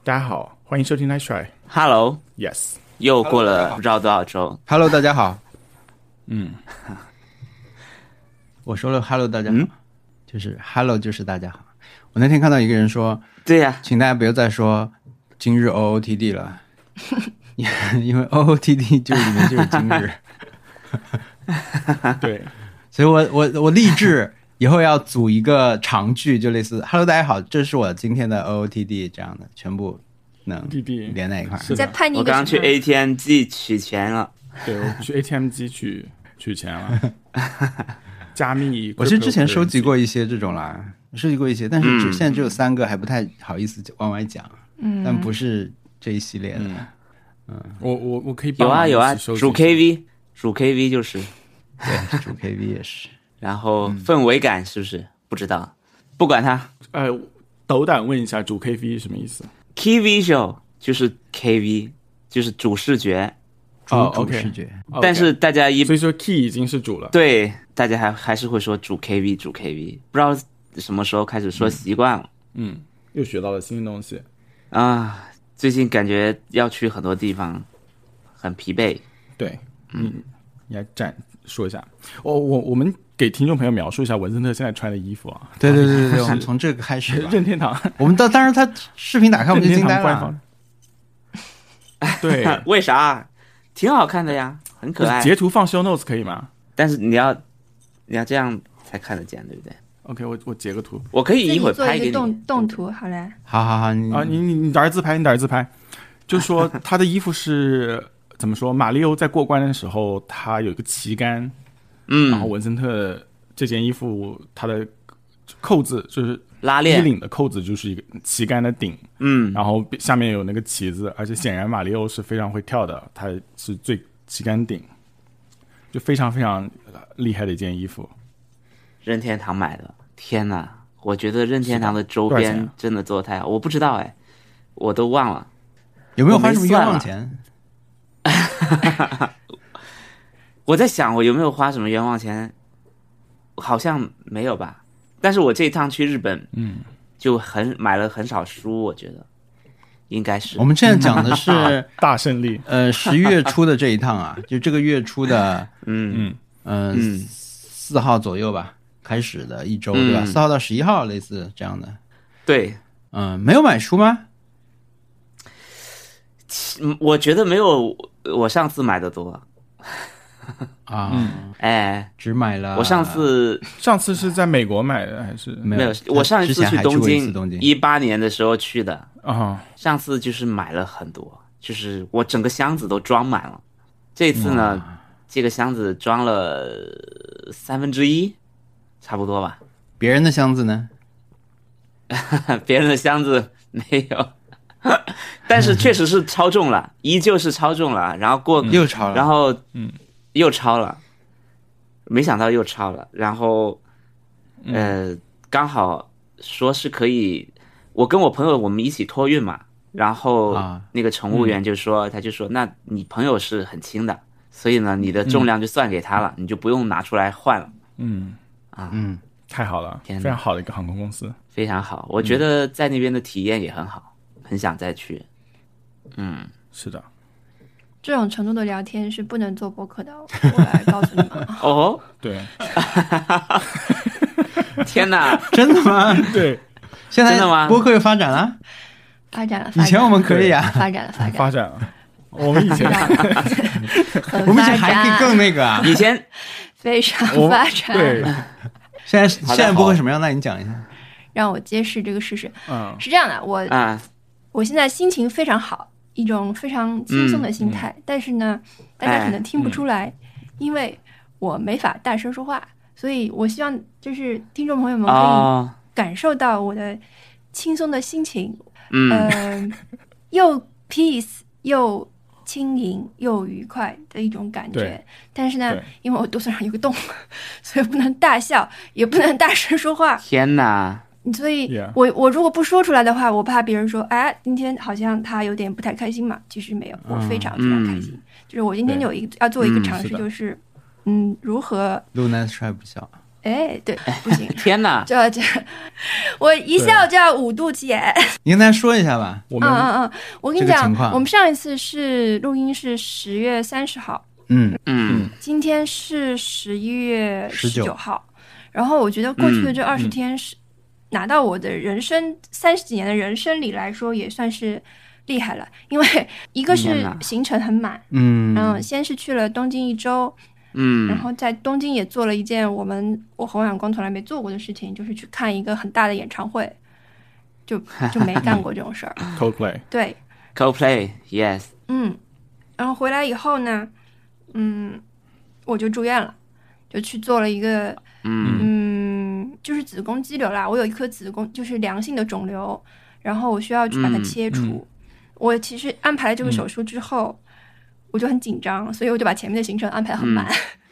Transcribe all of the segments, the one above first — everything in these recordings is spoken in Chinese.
大家好，欢迎收听 Nice Try。Hello， Yes， 又过了不知道多少周。 Hello， 大家好。我说了 Hello， 大家好，就是 Hello， 就是大家好。我那天看到一个人说， 对呀， 请大家不要再说今日 OOTD 了，因为 OOTD 就里面就是今日。 对， 所以我立志以后要组一个长句，就类似 Hello 大家好，这是我今天的 OOTD 这样的，全部能连在一块。 你在叛逆？ 我刚刚去 ATM 机取钱了。 对，我去 ATM 机取钱了。加密， 我是之前收集过一些这种啦，收集过一些，但是现在只有3个，还不太好意思往外讲。但不是这一系列的。 我可以帮忙有啊，主 KV 就是。 对，主 KV 也是。 然后氛围感是不是？不知道，不管它。 斗胆问一下，主 KV 什么意思 ？Key Visual 就是 KV， 就是主视觉。 主视觉。 但是大家所以说 Key 已经是主了。 对，大家还是会说主 KV， 主 KV， 不知道什么时候开始说习惯了。 又学到了新的东西啊！最近感觉要去很多地方，很疲惫。 对，你来说一下。我们给听众朋友描述一下文森特现在穿的衣服啊。 对，我们从这个开始。 任天堂， 我们当时他视频打开我们就惊呆了。 对， 为啥？挺好看的呀，很可爱。 截图放 show notes 可以吗？ 但是你要这样才看得见，对不对 ？OK， 我截个图， 我可以一会儿拍给你。 做一个动图，好嘞。 好， 你打字拍，就说他的衣服是怎么说？马里奥在过关的时候，他有一个旗杆，然后文森特这件衣服，它的扣子就是拉链， 衣领的扣子就是一个旗杆的顶，然后下面有那个旗子，而且显然马里奥是非常会跳的，他是最旗杆顶，就非常非常厉害的一件衣服。 任天堂买的，天哪！我觉得任天堂的周边真的做得太好，我不知道哎，我都忘了有没有花什么冤枉钱。 我在想我有没有花什么冤枉钱，好像没有吧。但是我这一趟去日本，就买了很少书，我觉得应该是。 我们现在讲的是大胜利 ，10月初的这一趟啊，就这个月初的，4号左右吧，开始的一周，对吧？4号到11号，类似这样的。 对， 没有买书吗？ 我觉得没有我上次买的多。 只买了。 我上次是在美国买的还是没有？我上一次去东京，18年的时候去的。上次就是买了很多，就是我整个箱子都装满了。这次呢，这个箱子装了1/3，差不多吧。 别人的箱子呢？ 别人的箱子没有。但是确实是超重了，依旧是超重了，然后又超了， 然后又超了，没想到又超了，然后刚好说是可以，我跟我朋友我们一起托运嘛，然后那个乘务员就说，他就说，那你朋友是很轻的，所以呢你的重量就算给他了，你就不用拿出来换了。 太好了，非常好的一个航空公司， 非常好，我觉得在那边的体验也很好，很想再去。 是的， 这种程度的聊天是不能做播客的，我来告诉你们。 哦， 对， 天哪， 真的吗？ 对， 现在播客又发展了， 发展了。 以前我们可以啊， 发展了。 我们以前， 我们以前还可以更那个啊， 以前非常发展。 对， 现在播客什么样？那你讲一下， 让我揭示这个事实。是这样的，我现在心情非常好，一种非常轻松的心态，但是呢，大家可能听不出来，因为我没法大声说话，所以我希望就是听众朋友们可以感受到我的轻松的心情，又 peace 又轻盈又愉快的一种感觉。但是呢，因为我肚子上有个洞，所以不能大笑，也不能大声说话。 天哪！ 所以我如果不说出来的话，我怕别人说，哎，今天好像他有点不太开心嘛。其实没有，我非常非常开心。就是我今天要做一个尝试，就是如何录 Nice Try 不笑。 哎，对，不行， 天哪， 这我一笑就要5度姐。 你跟大家说一下吧。 我跟你讲，我们上一次是录音是10月30号，今天是11月19号，然后我觉得过去的这20天是拿到我的人生30几年的人生里来说也算是厉害了，因为一个是行程很满，然后先是去了东京1周。然后在东京也做了一件我红眼光从来没做过的事情，就是去看一个很大的演唱会，就没干过这种事儿。 Coldplay 对 Coldplay yes。 然后回来以后呢，我就住院了，就去做了一个就是子宫肌瘤啦，我有一颗子宫就是良性的肿瘤，然后我需要去把它切除。我其实安排了这个手术之后，我就很紧张，所以我就把前面的行程安排很满。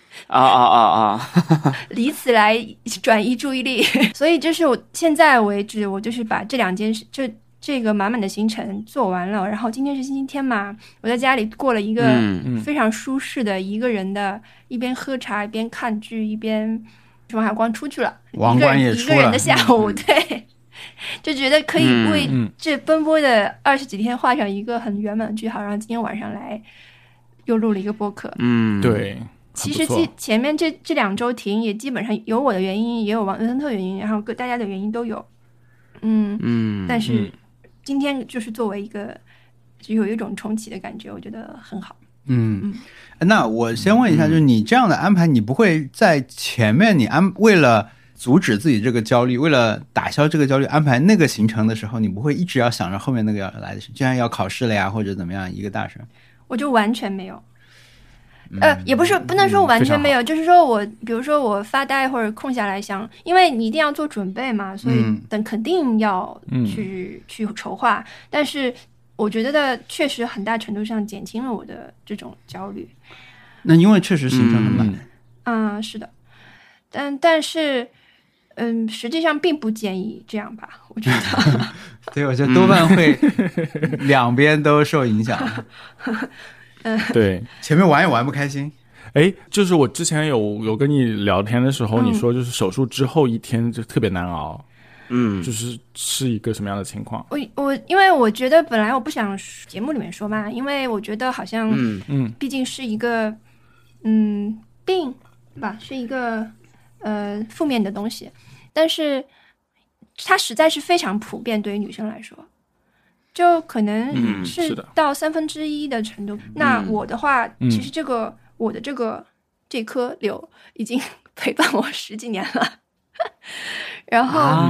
以此来转移注意力。所以这是我现在为止，我就是把这2件事，就这个满满的行程做完了。然后今天是星期天嘛，我在家里过了一个非常舒适的一个人的，一边喝茶一边看剧一边王小光出去了， 王冠也出了， 一个人的下午，对。就觉得可以为这奔波的20几天画上一个很圆满的句号，然后今天晚上来又录了一个播客。 对。 其实前面这2周停也基本上有我的原因，也有王森特原因，然后大家的原因都有。但是今天就是作为一个就有一种重启的感觉，我觉得很好。 那我先问一下，就是你这样的安排，你不会在前面你为了阻止自己这个焦虑，为了打消这个焦虑，安排那个行程的时候，你不会一直要想着后面那个要来的事，就像要考试了呀，或者怎么样一个大事？ 我就完全没有。也不能说完全没有，就是说比如说我发呆或者空下来想，因为你一定要做准备嘛，所以肯定要去筹划。但是我觉得确实很大程度上减轻了我的这种焦虑。 那因为确实行程很满。 是的，但是实际上并不建议这样吧，我觉得。 对，我觉得多半会两边都受影响。 对， 前面玩也玩不开心。 就是我之前有跟你聊天的时候，你说就是手术之后1天就特别难熬。就是一个什么样的情况？ 因为我觉得本来我不想节目里面说嘛，因为我觉得好像毕竟是一个病吧，是一个负面的东西，但是它实在是非常普遍，对于女生来说。就可能是到1/3的程度。那我的话，其实我的这颗瘤已经陪伴我10几年了。然后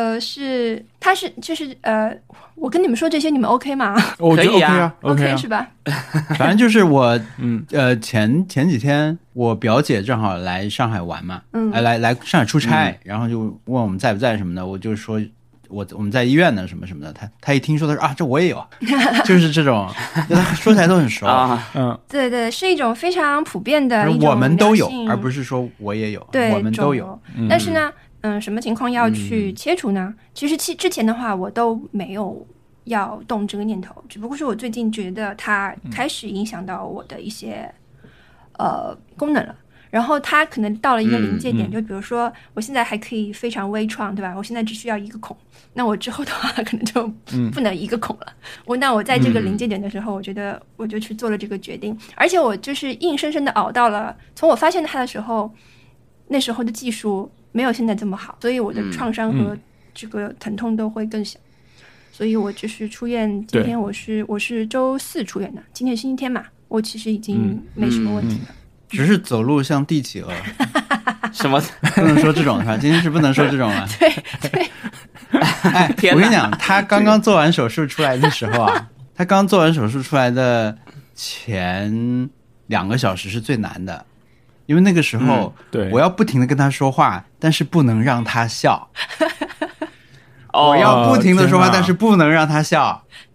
我跟你们说这些，你们 OK 吗？ 我觉得 OK 啊 ，OK 是吧？ 反正就是我前几天我表姐正好来上海玩嘛，来上海出差，然后就问我们在不在什么的，我就说。我们在医院呢，什么什么的，他一听说，他说这我也有，就是这种，说起来都很熟。 对对，是一种非常普遍的一种我们都有，而不是说我也有， 对， 我们都有。 但是呢，什么情况要去切除呢？其实之前的话，我都没有要动这个念头，只不过是我最近觉得它开始影响到我的一些功能了。然后它可能到了一个临界点，就比如说我现在还可以非常微创，对吧？我现在只需要1个孔，那我之后的话可能就不能1个孔了。那我在这个临界点的时候，我觉得我就去做了这个决定，而且我就是硬生生的熬到了，从我发现它的时候，那时候的技术没有现在这么好，所以我的创伤和这个疼痛都会更小。所以我就是出院，今天我是周4出院的，今天星期天嘛，我其实已经没什么问题了。 只是走路像帝企鹅， 什么不能说这种是吧？今天是不能说这种了。 对对。 我跟你讲，他刚刚做完手术出来的时候啊，他刚做完手术出来的前2个小时是最难的，因为那个时候我要不停的跟他说话，但是不能让他笑。我要不停的说话，但是不能让他笑。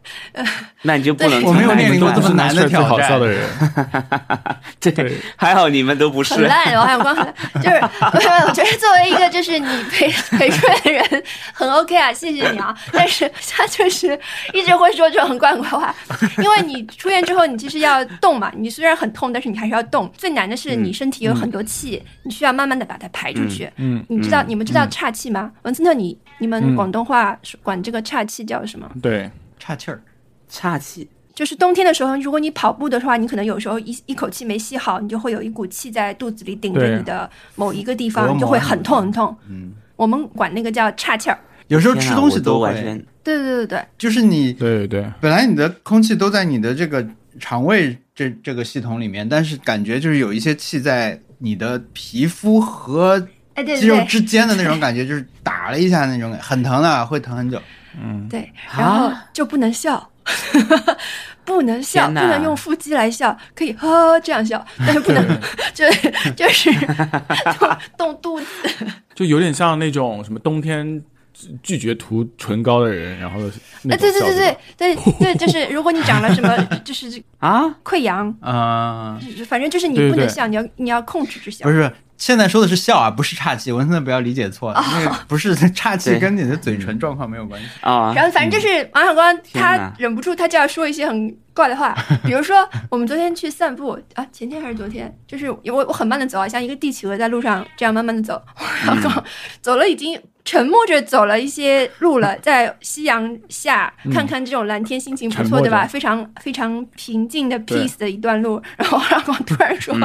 那你就不能。 我没有面临过这么难的挑战。 好笑的人， 对，还好你们都不是。 很烂，我还有光很烂，就是我觉得作为一个就是你陪睡的人很 OK 啊，谢谢你啊。但是他就是一直会说这种很怪的话，因为你出院之后，你其实要动嘛，你虽然很痛，但是你还是要动。最难的是你身体有很多气，你需要慢慢的把它排出去。你们知道岔气吗？文森特，你们广东话管这个岔气叫什么？ 对， 岔气儿， 岔气。 就是冬天的时候，如果你跑步的话，你可能有时候一口气没吸好，你就会有一股气在肚子里顶着你的某一个地方，你就会很痛很痛。我们管那个叫岔气儿。 有时候吃东西都会。 对， 就是你对，本来你的空气都在你的这个肠胃这个系统里面，但是感觉就是有一些气在你的皮肤和肌肉之间的那种感觉，就是打了一下那种感觉，很疼的，会疼很久。 对，然后就不能笑。不能笑，不能用腹肌来笑，可以这样笑，但是不能就是动肚子， 就有点像那种什么冬天拒绝涂唇膏的人，然后对，就是如果你长了什么就是溃疡反正就是你不能笑，你要控制着笑。 不是，现在说的是笑啊，不是岔气，文森特不要理解错了，那个不是岔气，跟你的嘴唇状况没有关系啊。 然后反正就是王小光他忍不住他就要说一些很怪的话，比如说我们昨天去散步啊，前天还是昨天，就是我很慢的走啊，像一个帝企鹅在路上这样慢慢的走，然后走了已经沉默着走了一些路了，在夕阳下看看这种蓝天，心情不错，对吧？非常非常平静的 peace 的一段路，然后王小光突然说。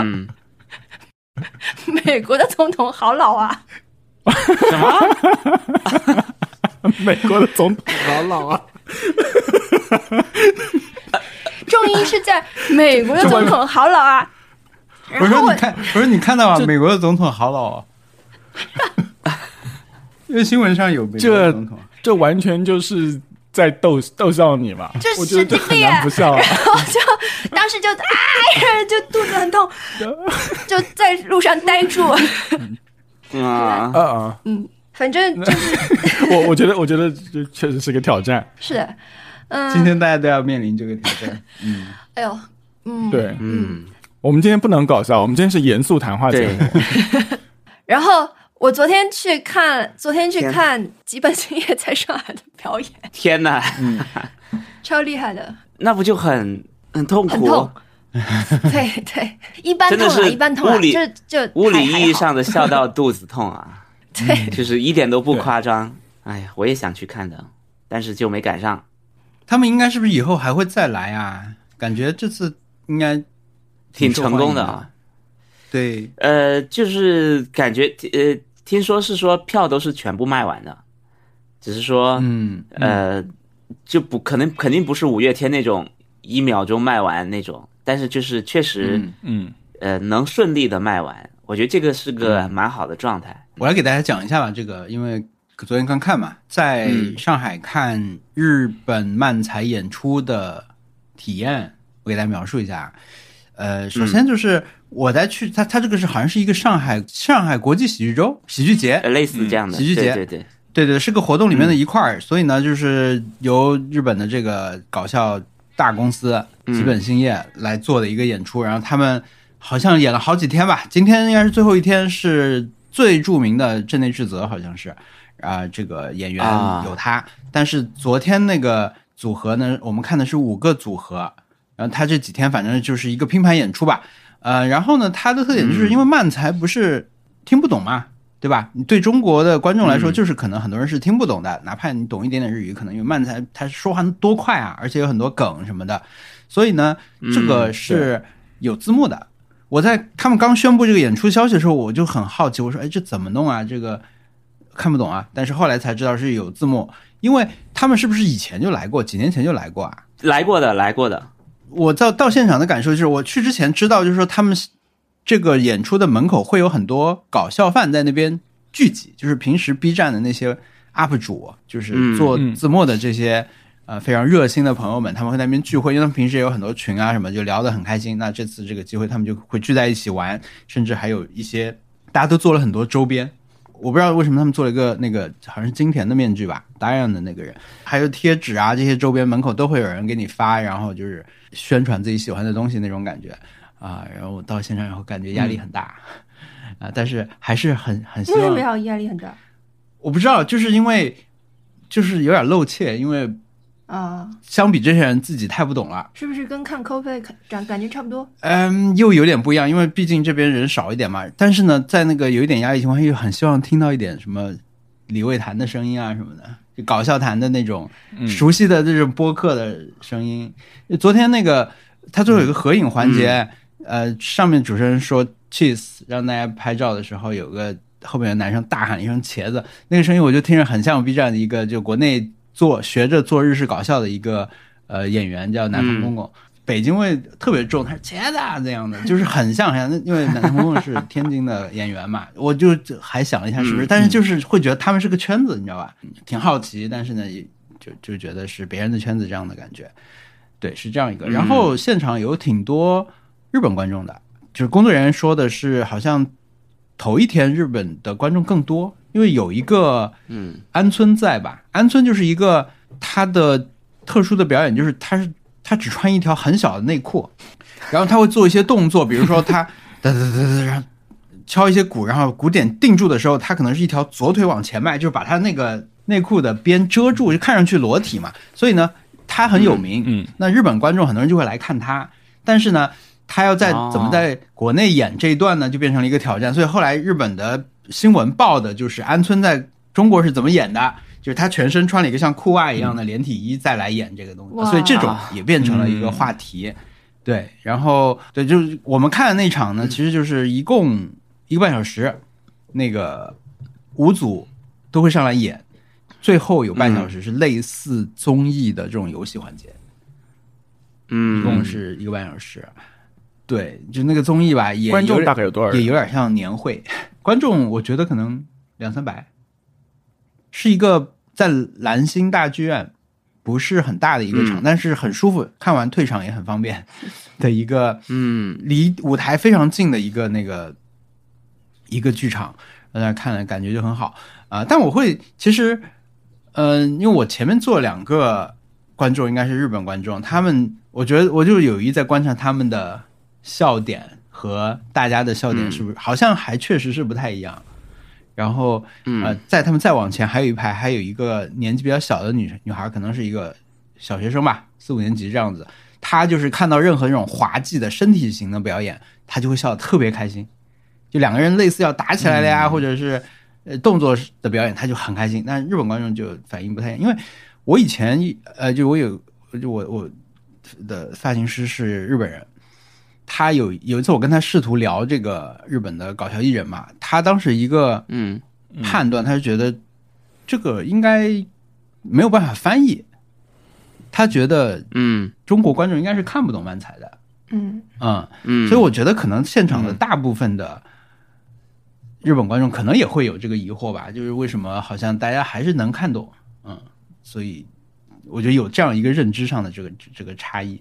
美国的总统好老啊！ 什么？ 美国的总统好老啊！ 重音是在美国的总统好老啊！ 我说你看到啊，美国的总统好老啊！因为新闻上有美国的总统， 这完全就是在逗笑你嘛！我觉得这很难不笑啊！ 我就当时就就肚子很痛，就在路上呆住。反正就是我觉得这确实是个挑战。 是的， 今天大家都要面临这个挑战。 哎呦， 对，我们今天不能搞笑，我们今天是严肃谈话节目。 然后我昨天去看吉本兴业在上海的表演。 天哪， 超厉害的。 那不就很痛苦？ 很痛。对，一般痛啊，一般痛啊，就物理意义上的笑到肚子痛啊。 对， 就是一点都不夸张。哎呀，我也想去看的，但是就没赶上。 他们应该是不是以后还会再来啊？感觉这次应该挺成功的啊。 对， 就是感觉听说是说票都是全部卖完的，只是说就不肯定不是五月天那种1秒钟卖完那种，但是就是确实能顺利的卖完，我觉得这个是个蛮好的状态。 我来给大家讲一下吧，这个因为昨天刚看嘛，在上海看日本漫才演出的体验，我给大家描述一下。首先就是我在去它这个是好像是一个上海国际喜剧节， 类似这样的喜剧节，对，是个活动里面的一块所以呢，就是由日本的这个搞笑大公司吉本兴业来做的一个演出，然后他们好像演了好几天吧，今天应该是最后一天，是最著名的镇内智则，好像是这个演员有他，但是昨天那个组合呢，我们看的是5个组合。然后他这几天反正就是一个拼盘演出吧，然后呢，他的特点就是因为漫才不是听不懂嘛，对吧？你对中国的观众来说，就是可能很多人是听不懂的，哪怕你懂一点点日语，可能因为漫才他说话多快啊，而且有很多梗什么的，所以呢，这个是有字幕的。我在他们刚宣布这个演出消息的时候，我就很好奇，我说，这怎么弄啊？这个看不懂啊。但是后来才知道是有字幕，因为他们是不是以前就来过，几年前就来过啊？ 来过的。 我到现场的感受就是，我去之前知道，就是说他们这个演出的门口会有很多搞笑犯在那边聚集，就是平时 B 站的那些 UP 主，就是做字幕的这些非常热心的朋友们，他们会在那边聚会，因为他们平时也有很多群啊什么，就聊得很开心。那这次这个机会，他们就会聚在一起玩，甚至还有一些大家都做了很多周边。 我不知道为什么他们做了一个那个好像是金田的面具吧，答应的那个人，还有贴纸啊，这些周边门口都会有人给你发，然后就是宣传自己喜欢的东西那种感觉啊。然后我到现场以后感觉压力很大啊，但是还是很希望。 为什么要压力很大？ 我不知道，就是因为就是有点露怯，因为相比这些人自己太不懂了， 是不是跟看 Coldplay 感觉差不多？ 又有点不一样，因为毕竟这边人少一点嘛。但是呢，在那个有一点压力情况下，又很希望听到一点什么李卫谈的声音啊什么的，就搞笑谈的那种熟悉的这种播客的声音。昨天那个他最后有一个合影环节，上面主持人说 cheese 让大家拍照的时候，有个后面的男生大喊一声茄子，那个声音我就听着很像 B 站的一个就国内学着做日式搞笑的一个演员叫南方公公，北京味特别重，他是茄子这样的，就是很像，因为南方公公是天津的演员嘛，我就还想了一下是不是，但是就是会觉得他们是个圈子，你知道吧？挺好奇，但是呢，就觉得是别人的圈子这样的感觉，对，是这样一个。然后现场有挺多日本观众的，就是工作人员说的是，好像头一天日本的观众更多。因为有一个安村在吧，安村就是一个他的特殊的表演，就是他只穿一条很小的内裤，然后他会做一些动作，比如说他哒哒哒哒，然后敲一些鼓，然后鼓点定住的时候，他可能是一条左腿往前迈，就是把他那个内裤的边遮住，就看上去裸体嘛。所以呢，他很有名。那日本观众很多人就会来看他，但是呢，他要怎么在国内演这一段呢，就变成了一个挑战。所以后来日本的新闻报的就是安村在中国是怎么演的，就是他全身穿了一个像裤袜一样的连体衣再来演这个东西，所以这种也变成了一个话题。对，然后对，就是我们看的那场呢，其实就是一共1个半小时，那个5组都会上来演，最后有半小时是类似综艺的这种游戏环节，一共是1个半小时。对，就那个综艺吧，也观众大概有多少人？ 也有点像年会。观众我觉得可能200-300，是一个在兰心大剧院，不是很大的一个场，但是很舒服，看完退场也很方便的一个，离舞台非常近的一个一个剧场，在那看了感觉就很好但我会其实，因为我前面坐2个观众应该是日本观众，他们我觉得我就有意在观察他们的笑点和大家的笑点是不是好像还确实是不太一样。然后在他们再往前还有一排，还有一个年纪比较小的女孩，可能是一个小学生吧，4-5年级这样子，她就是看到任何这种滑稽的身体型的表演，她就会笑得特别开心。就2个人类似要打起来了呀，或者是动作的表演，她就很开心。但日本观众就反应不太一样，因为我以前就我的发型师是日本人，他有一次我跟他试图聊这个日本的搞笑艺人嘛，他当时一个判断，他是觉得这个应该没有办法翻译，他觉得中国观众应该是看不懂漫才的，所以我觉得可能现场的大部分的日本观众可能也会有这个疑惑吧，就是为什么好像大家还是能看懂，所以我觉得有这样一个认知上的这个差异。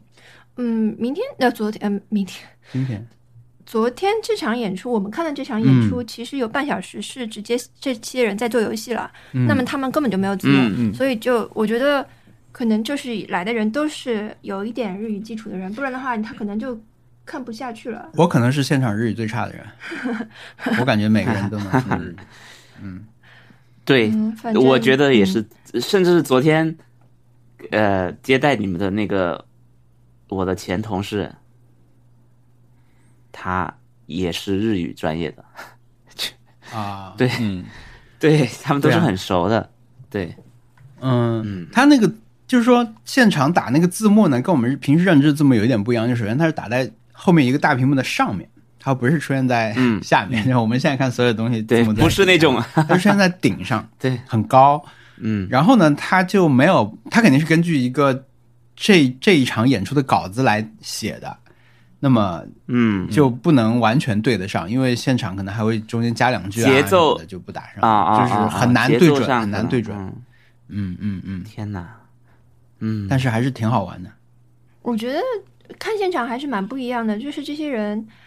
今天昨天这场演出，我们看的这场演出，其实有半小时是直接这些人在做游戏了，那么他们根本就没有字幕，所以就我觉得可能就是来的人都是有一点日语基础的人，不然的话他可能就看不下去了。 我可能是现场日语最差的人，我感觉每个人都能说日语。 对，我觉得也是，甚至是昨天接待你们的那个我的前同事，他也是日语专业的对，对，他们都是很熟的，对， 他那个就是说现场打那个字幕呢，跟我们平时认知的字幕有一点不一样，就首先它是打在后面一个大屏幕的上面，它不是出现在下面，然后我们现在看所有东西对，不是那种它出现在顶上， 对， 很高，然后呢它就没有，它肯定是根据一个这一场演出的稿子来写的，那么就不能完全对得上，因为现场可能还会中间加2句节奏的就不打上，就是很难对准，很难对准。 天哪， 但是还是挺好玩的。 我觉得看现场还是蛮不一样的，就是这些人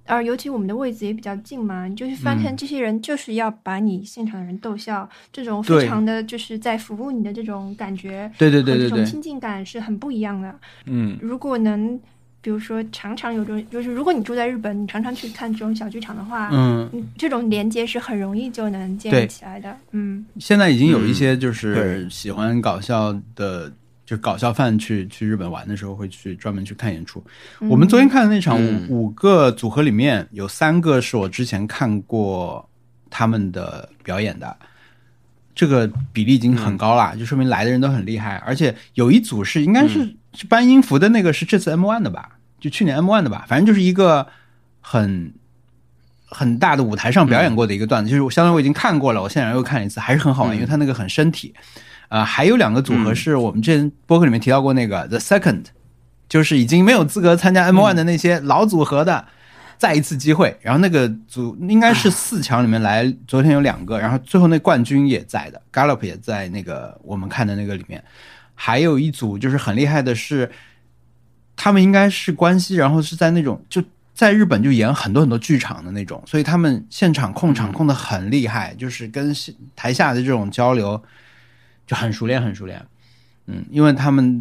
尤其我们的位置也比较近嘛，你就是发现这些人就是要把你现场的人逗笑，这种非常的就是在服务你的这种感觉， 对， 这种亲近感是很不一样的。如果能比如说常常有这种，就是如果你住在日本，你常常去看这种小剧场的话，这种连接是很容易就能建立起来的。 现在已经有一些就是喜欢搞笑的。就搞笑饭去日本玩的时候会去专门去看演出。我们昨天看的那场五个组合里面有3个是我之前看过他们的表演的，这个比例已经很高了，就说明来的人都很厉害。而且有一组是应该是搬音符的那个是这次 M1 的吧，就去年 M1 的吧，反正就是一个很大的舞台上表演过的一个段子，就是我相当于我已经看过了，我现在又看一次，还是很好玩，因为他那个很身体。还有2个组合是我们之前播客里面提到过那个 The Second， 就是已经没有资格参加 M1 的那些老组合的再一次机会。然后那个组应该是4强里面来，昨天有2个，然后最后那冠军也在的 Gallup 也在那个我们看的那个里面。还有一组就是很厉害的是，他们应该是关西，然后是在那种就在日本就演很多剧场的那种，所以他们现场控场控得很厉害，就是跟台下的这种交流就很熟练。因为他们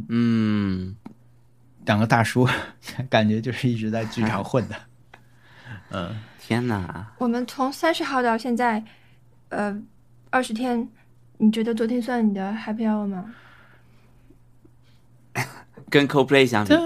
2个大叔感觉就是一直在剧场混的。 天哪！ 我们从30号到现在20天，你觉得昨天算你的 happy hour 吗？ 跟 Coldplay 相比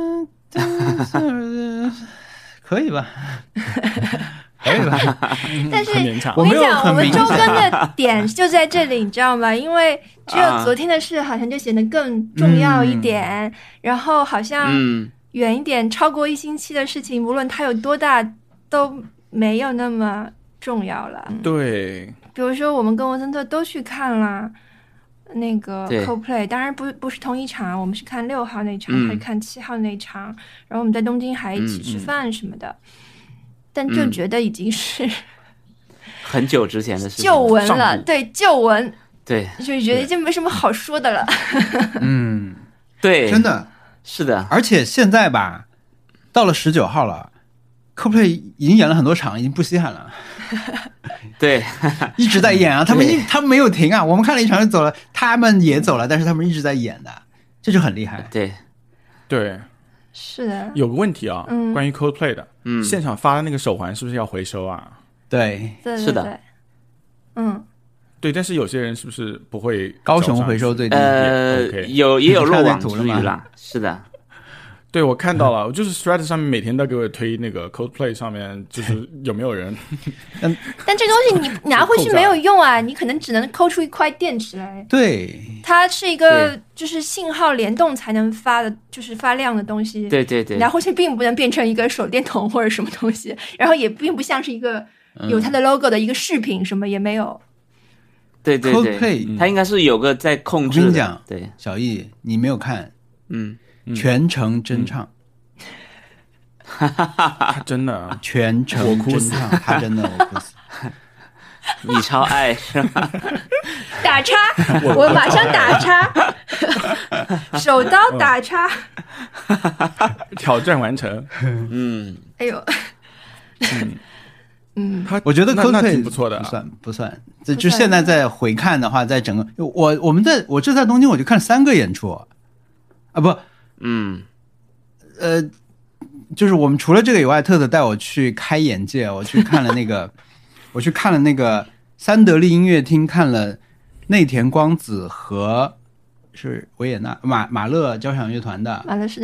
可以吧。可以吧。 但是我跟你讲，我们周更的点就在这里，你知道吗？因为只有昨天的事好像就显得更重要一点，然后好像远一点超过1星期的事情，无论它有多大都没有那么重要了。 对，比如说我们跟文森特都去看了那个 Coldplay， 当然不是同一场，我们是看6号那场，还是看7号那场，然后我们在东京还一起吃饭什么的。但就觉得已经是很久之前的事情， 旧闻了。对，旧闻， 对， 就觉得已经没什么好说的了。 对， 真的是的。 而且现在吧，到了19号了 ，Coldplay 已经演了很多场，已经不稀罕了。 对， 一直在演啊，他们没有停啊。我们看了一场就走了，他们也走了，但是他们一直在演的，这就很厉害。 对。 是的， 有个问题啊，关于 Coldplay 的，现场发的那个手环是不是要回收啊？ 对， 是的， 对，但是有些人是不是不会？ 高雄回收最低， 也有漏网之鱼啦，是的。 对，我看到了，我就是 Threads 上面每天都给我推那个 Coldplay 上面，就是有没有人。 但这东西你拿回去没有用啊，你可能只能抠出一块电池来。 对， 它是一个就是信号联动才能发的，就是发亮的东西。 对， 拿回去并不能变成一个手电筒或者什么东西，然后也并不像是一个有它的 logo 的一个饰品，什么也没有。 对，它应该是有个在控制的。 我跟你讲， 对， 小易，你没有看，全程真唱， 他真的全程真唱，他真的我哭死。 你超爱是吧？ 打叉，我马上打叉，手刀打叉， 挑战完成。 哎呦， 我觉得 Coldplay 挺不错的， 不算。就现在在回看的话，在整个我这在东京我就看了3个演出啊，不。就是我们除了这个以外，特特带我去开眼界，我去看了那个三得利音乐厅，看了内田光子和是维也纳马勒交响乐团的马内室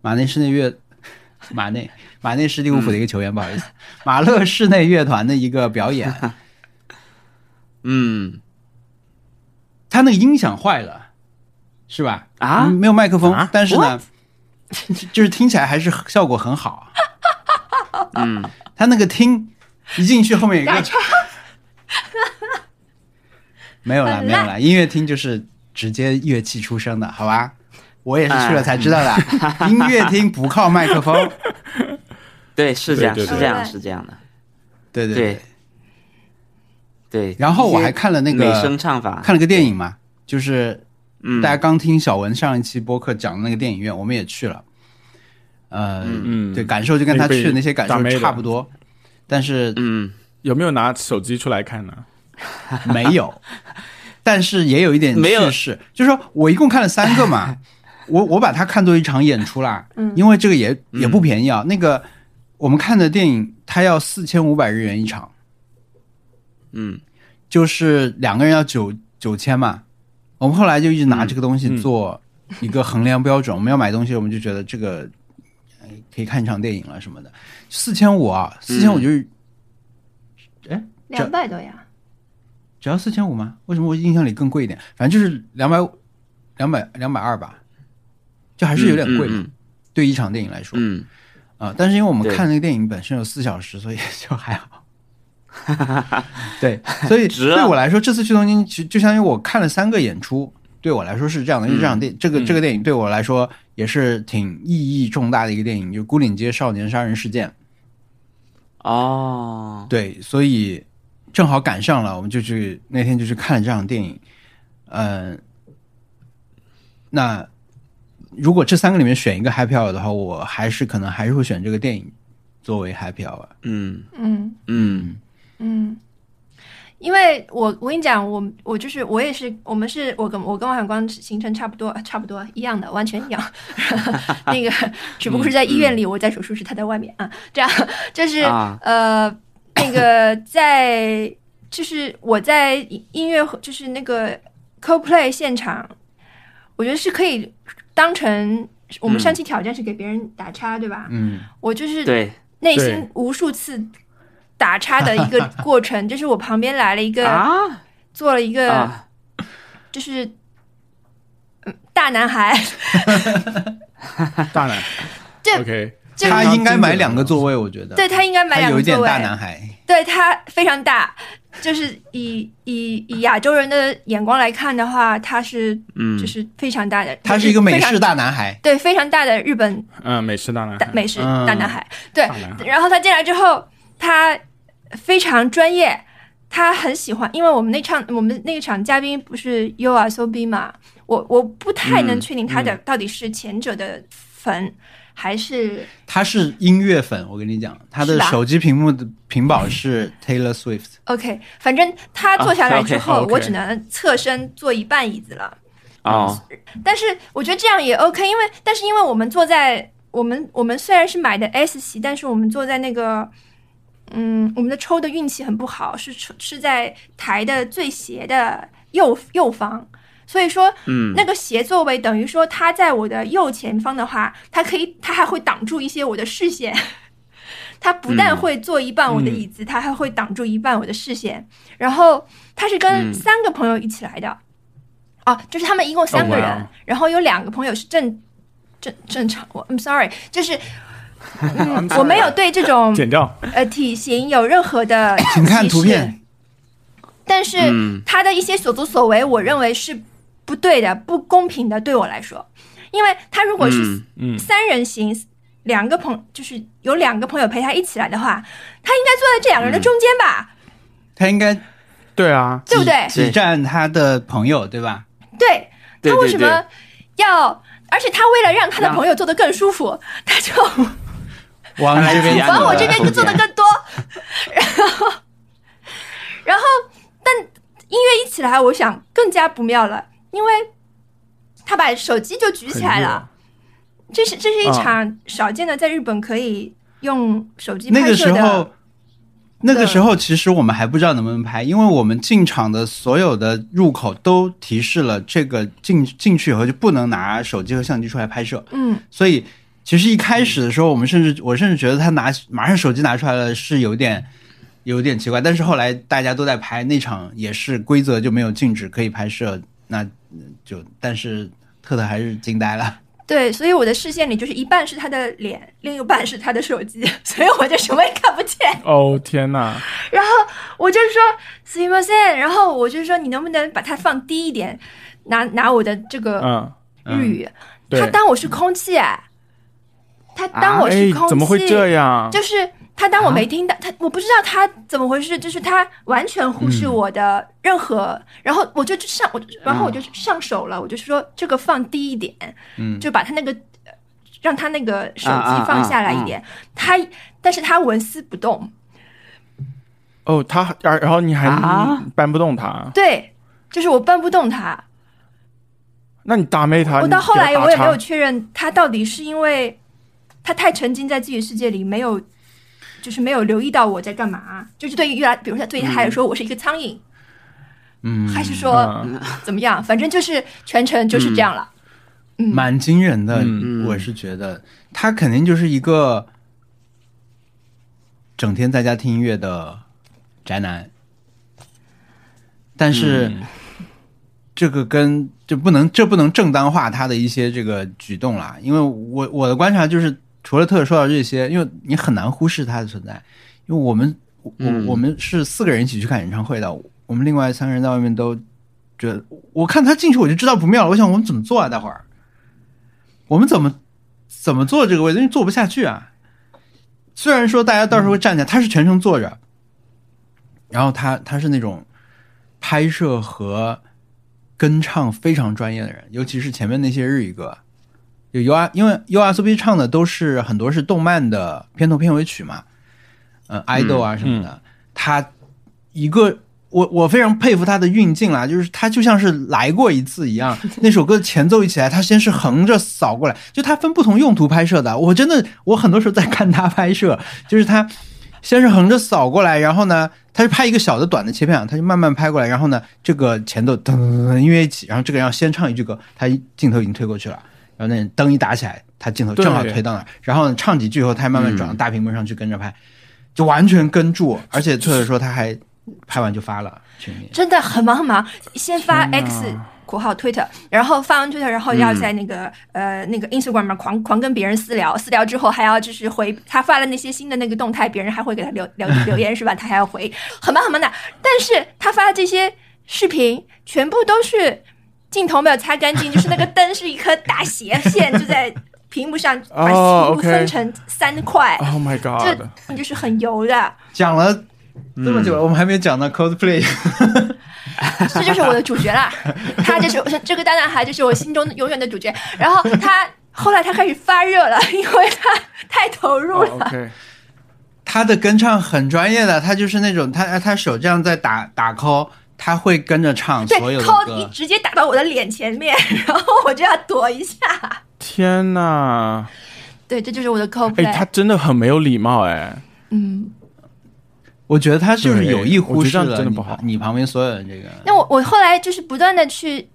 内乌府的一个球员，不好意思，马勒室内乐团的一个表演。他那个音响坏了。是吧？没有麦克风，但是呢，就是听起来还是效果很好。他那个听一进去后面有一个没有了，音乐厅就是直接乐器出声的，好吧？我也是去了才知道的，音乐厅不靠麦克风。 对，是这样，是这样的。对。 然后我还看了那个美声唱法， 看了个电影嘛，就是。大家刚听小文上一期播客讲的那个电影院，我们也去了。 对，感受就跟他去的那些感受差不多。但是有没有拿手机出来看呢？ 没有，但是也有一点趣事，就是说我一共看了3个嘛，我把它看作一场演出啦，因为这个也不便宜啊。那个我们看的电影，它要4500日元一场，就是2个人要9000嘛。我们后来就一直拿这个东西做一个衡量标准，我们要买东西，我们就觉得这个可以看一场电影了什么的。4500啊，4500就是 200多呀。 只要4500吗？为什么我印象里更贵一点？反正就是220吧，就还是有点贵嘛，对一场电影来说。但是因为我们看那个电影本身有4小时，所以就还好。对，所以对我来说，这次去东京就相当于我看了3个演出，对我来说是这样的。因为这个电影对我来说也是挺意义重大的一个电影，就《牯岭街少年杀人事件》。对，所以正好赶上了，我们那天就去看了这场电影。那如果这3个里面选一个 happy hour 的话，我可能还是会选这个电影作为 happy hour。 因为我跟你讲，我跟王小光行程差不多一样的，完全一样。那个只不过是在医院里，我在手术室，他在外面啊。这样就是那个就是我在音乐就是那个 Coldplay 现场，我觉得是可以当成我们上期挑战是给别人打叉，对吧？我就是内心无数次打叉的一个过程，就是我旁边来了一个做了一个就是大男孩， 大男对 ，OK， 他应该买2个座位，我觉得。 对，他应该买2个座位， 他有一点大男孩， 对，他非常大，就是以亚洲人的眼光来看的话，他是就是非常大的， 他是一个美式大男孩， 对，非常大的日本美式大男孩， 美式大男孩，对。然后他进来之后，他非常专业，他很喜欢，因为我们那个场嘉宾不是 YOASOBI 嘛，我不太能确定他的到底是前者的粉还是他是音乐粉。我跟你讲，他的手机屏幕的屏保是 Taylor Swift。OK， 反正他坐下来之后，我只能侧身坐一半椅子了。但是我觉得这样也 OK， 因为我们坐在我们虽然是买的 S 席，但是我们坐在那个。我们的抽的运气很不好，是在台的最斜的右方，所以说，那个斜座位等于说他在我的右前方的话，他还会挡住一些我的视线，他不但会坐一半我的椅子，他还会挡住一半我的视线。然后他是跟3个朋友一起来的，就是他们一共3个人，然后有2个朋友是正常。I'm sorry， 就是。我没有对这种体型有任何的歧视， 请看图片。 但是他的一些所作所为，我认为是不对的、不公平的，对我来说。因为他如果是3人行，2个就是有2个朋友陪他一起来的话，他应该坐在这2个人的中间吧？ 他应该对啊， 对不对？ 挤占他的朋友，对吧？ 对，他为什么要？而且他为了让他的朋友坐得更舒服，他就。 往我这边就做的更多，然后，但音乐一起来，我想更加不妙了，因为他把手机就举起来了，这是一场少见的在日本可以用手机拍摄的。 那个时候其实我们还不知道能不能拍，因为我们进场的所有的入口都提示了这个进去以后就不能拿手机和相机出来拍摄，所以。其实一开始的时候，我甚至觉得他马上手机拿出来了是有点奇怪，但是后来大家都在拍，那场也是规则就没有禁止可以拍摄，但是特还是惊呆了。 对，所以我的视线里就是一半是他的脸，另一半是他的手机，所以我就什么也看不见。 天哪！ 然后我就说すいません，然后我就说你能不能把它放低一点，拿我的这个日语，他当我是空气他当我是空气， 怎么会这样？ 就是他当我没听到，我不知道他怎么回事，就是他完全忽视我的任何，然后我就上手了，我就说这个放低一点，就把他那个让他那个手机放下来一点，但是他纹丝不动。 哦，然后你还搬不动他？ 对，就是我搬不动他。 那你打没他？ 我到后来我也没有确认他到底是因为他太沉浸在自己的世界里，没有留意到我在干嘛。就是比如说对于他来说，我是一个苍蝇，还是说怎么样？反正就是全程就是这样了。 蛮惊人的，我是觉得他肯定就是一个整天在家听音乐的宅男，但是这不能正当化他的一些这个举动啦。因为我的观察就是，除了特说到这些，因为你很难忽视他的存在。因为我们是4个人一起去看演唱会的，我们另外3个人在外面都觉得，我看他进去我就知道不妙了。我想我们怎么做啊？待会儿我们怎么坐这个位置？因为坐不下去啊。虽然说大家到时候会站起来，他是全程坐着。然后他是那种拍摄和跟唱非常专业的人，尤其是前面那些日语歌，因为 YOASOBI 唱的都是很多是动漫的片头片尾曲嘛，idol 啊什么的，他一个我非常佩服他的运镜啦，就是他就像是来过一次一样。那首歌的前奏一起来，他先是横着扫过来，就他分不同用途拍摄的。我很多时候在看他拍摄，就是他先是横着扫过来，然后呢他是拍一个小的短的切片，他就慢慢拍过来，然后呢这个前奏噔噔噔音乐一起，然后这个人要先唱一句歌，他镜头已经推过去了，然后那灯一打起来，他镜头正好推到那儿，然后唱几句以后他慢慢转到大屏幕上去跟着拍，就完全跟住。而且特别说他还拍完就发了群里， 真的很忙，先发 X Twitter， 然后发完 Twitter， 然后要在那个Instagram 上狂跟别人私聊之后还要就是回他发了那些新的那个动态，别人还会给他留言是吧？他还要回，很忙的。但是他发的这些视频全部都是镜头没有擦干净，就是那个灯是一颗大斜线，就在屏幕上把屏幕分成3块。 Oh my god！ 这就是很油的。 讲了这么久了，我们还没讲到 Coldplay。 这就是我的主角啦，他就是这个大男孩，就是我心中永远的主角。然后后来他开始发热了，因为他太投入了。 Okay. 他的跟唱很专业的，他就是那种他手这样在打 call， 他会跟着唱所有的歌。 对 call 直接打到我的脸前面，然后我就要躲一下。 天哪！ 对，这就是我的 Coldplay。 他真的很没有礼貌我觉得他就是有意忽视了你旁边所有的这个。 那我后来就是不断的去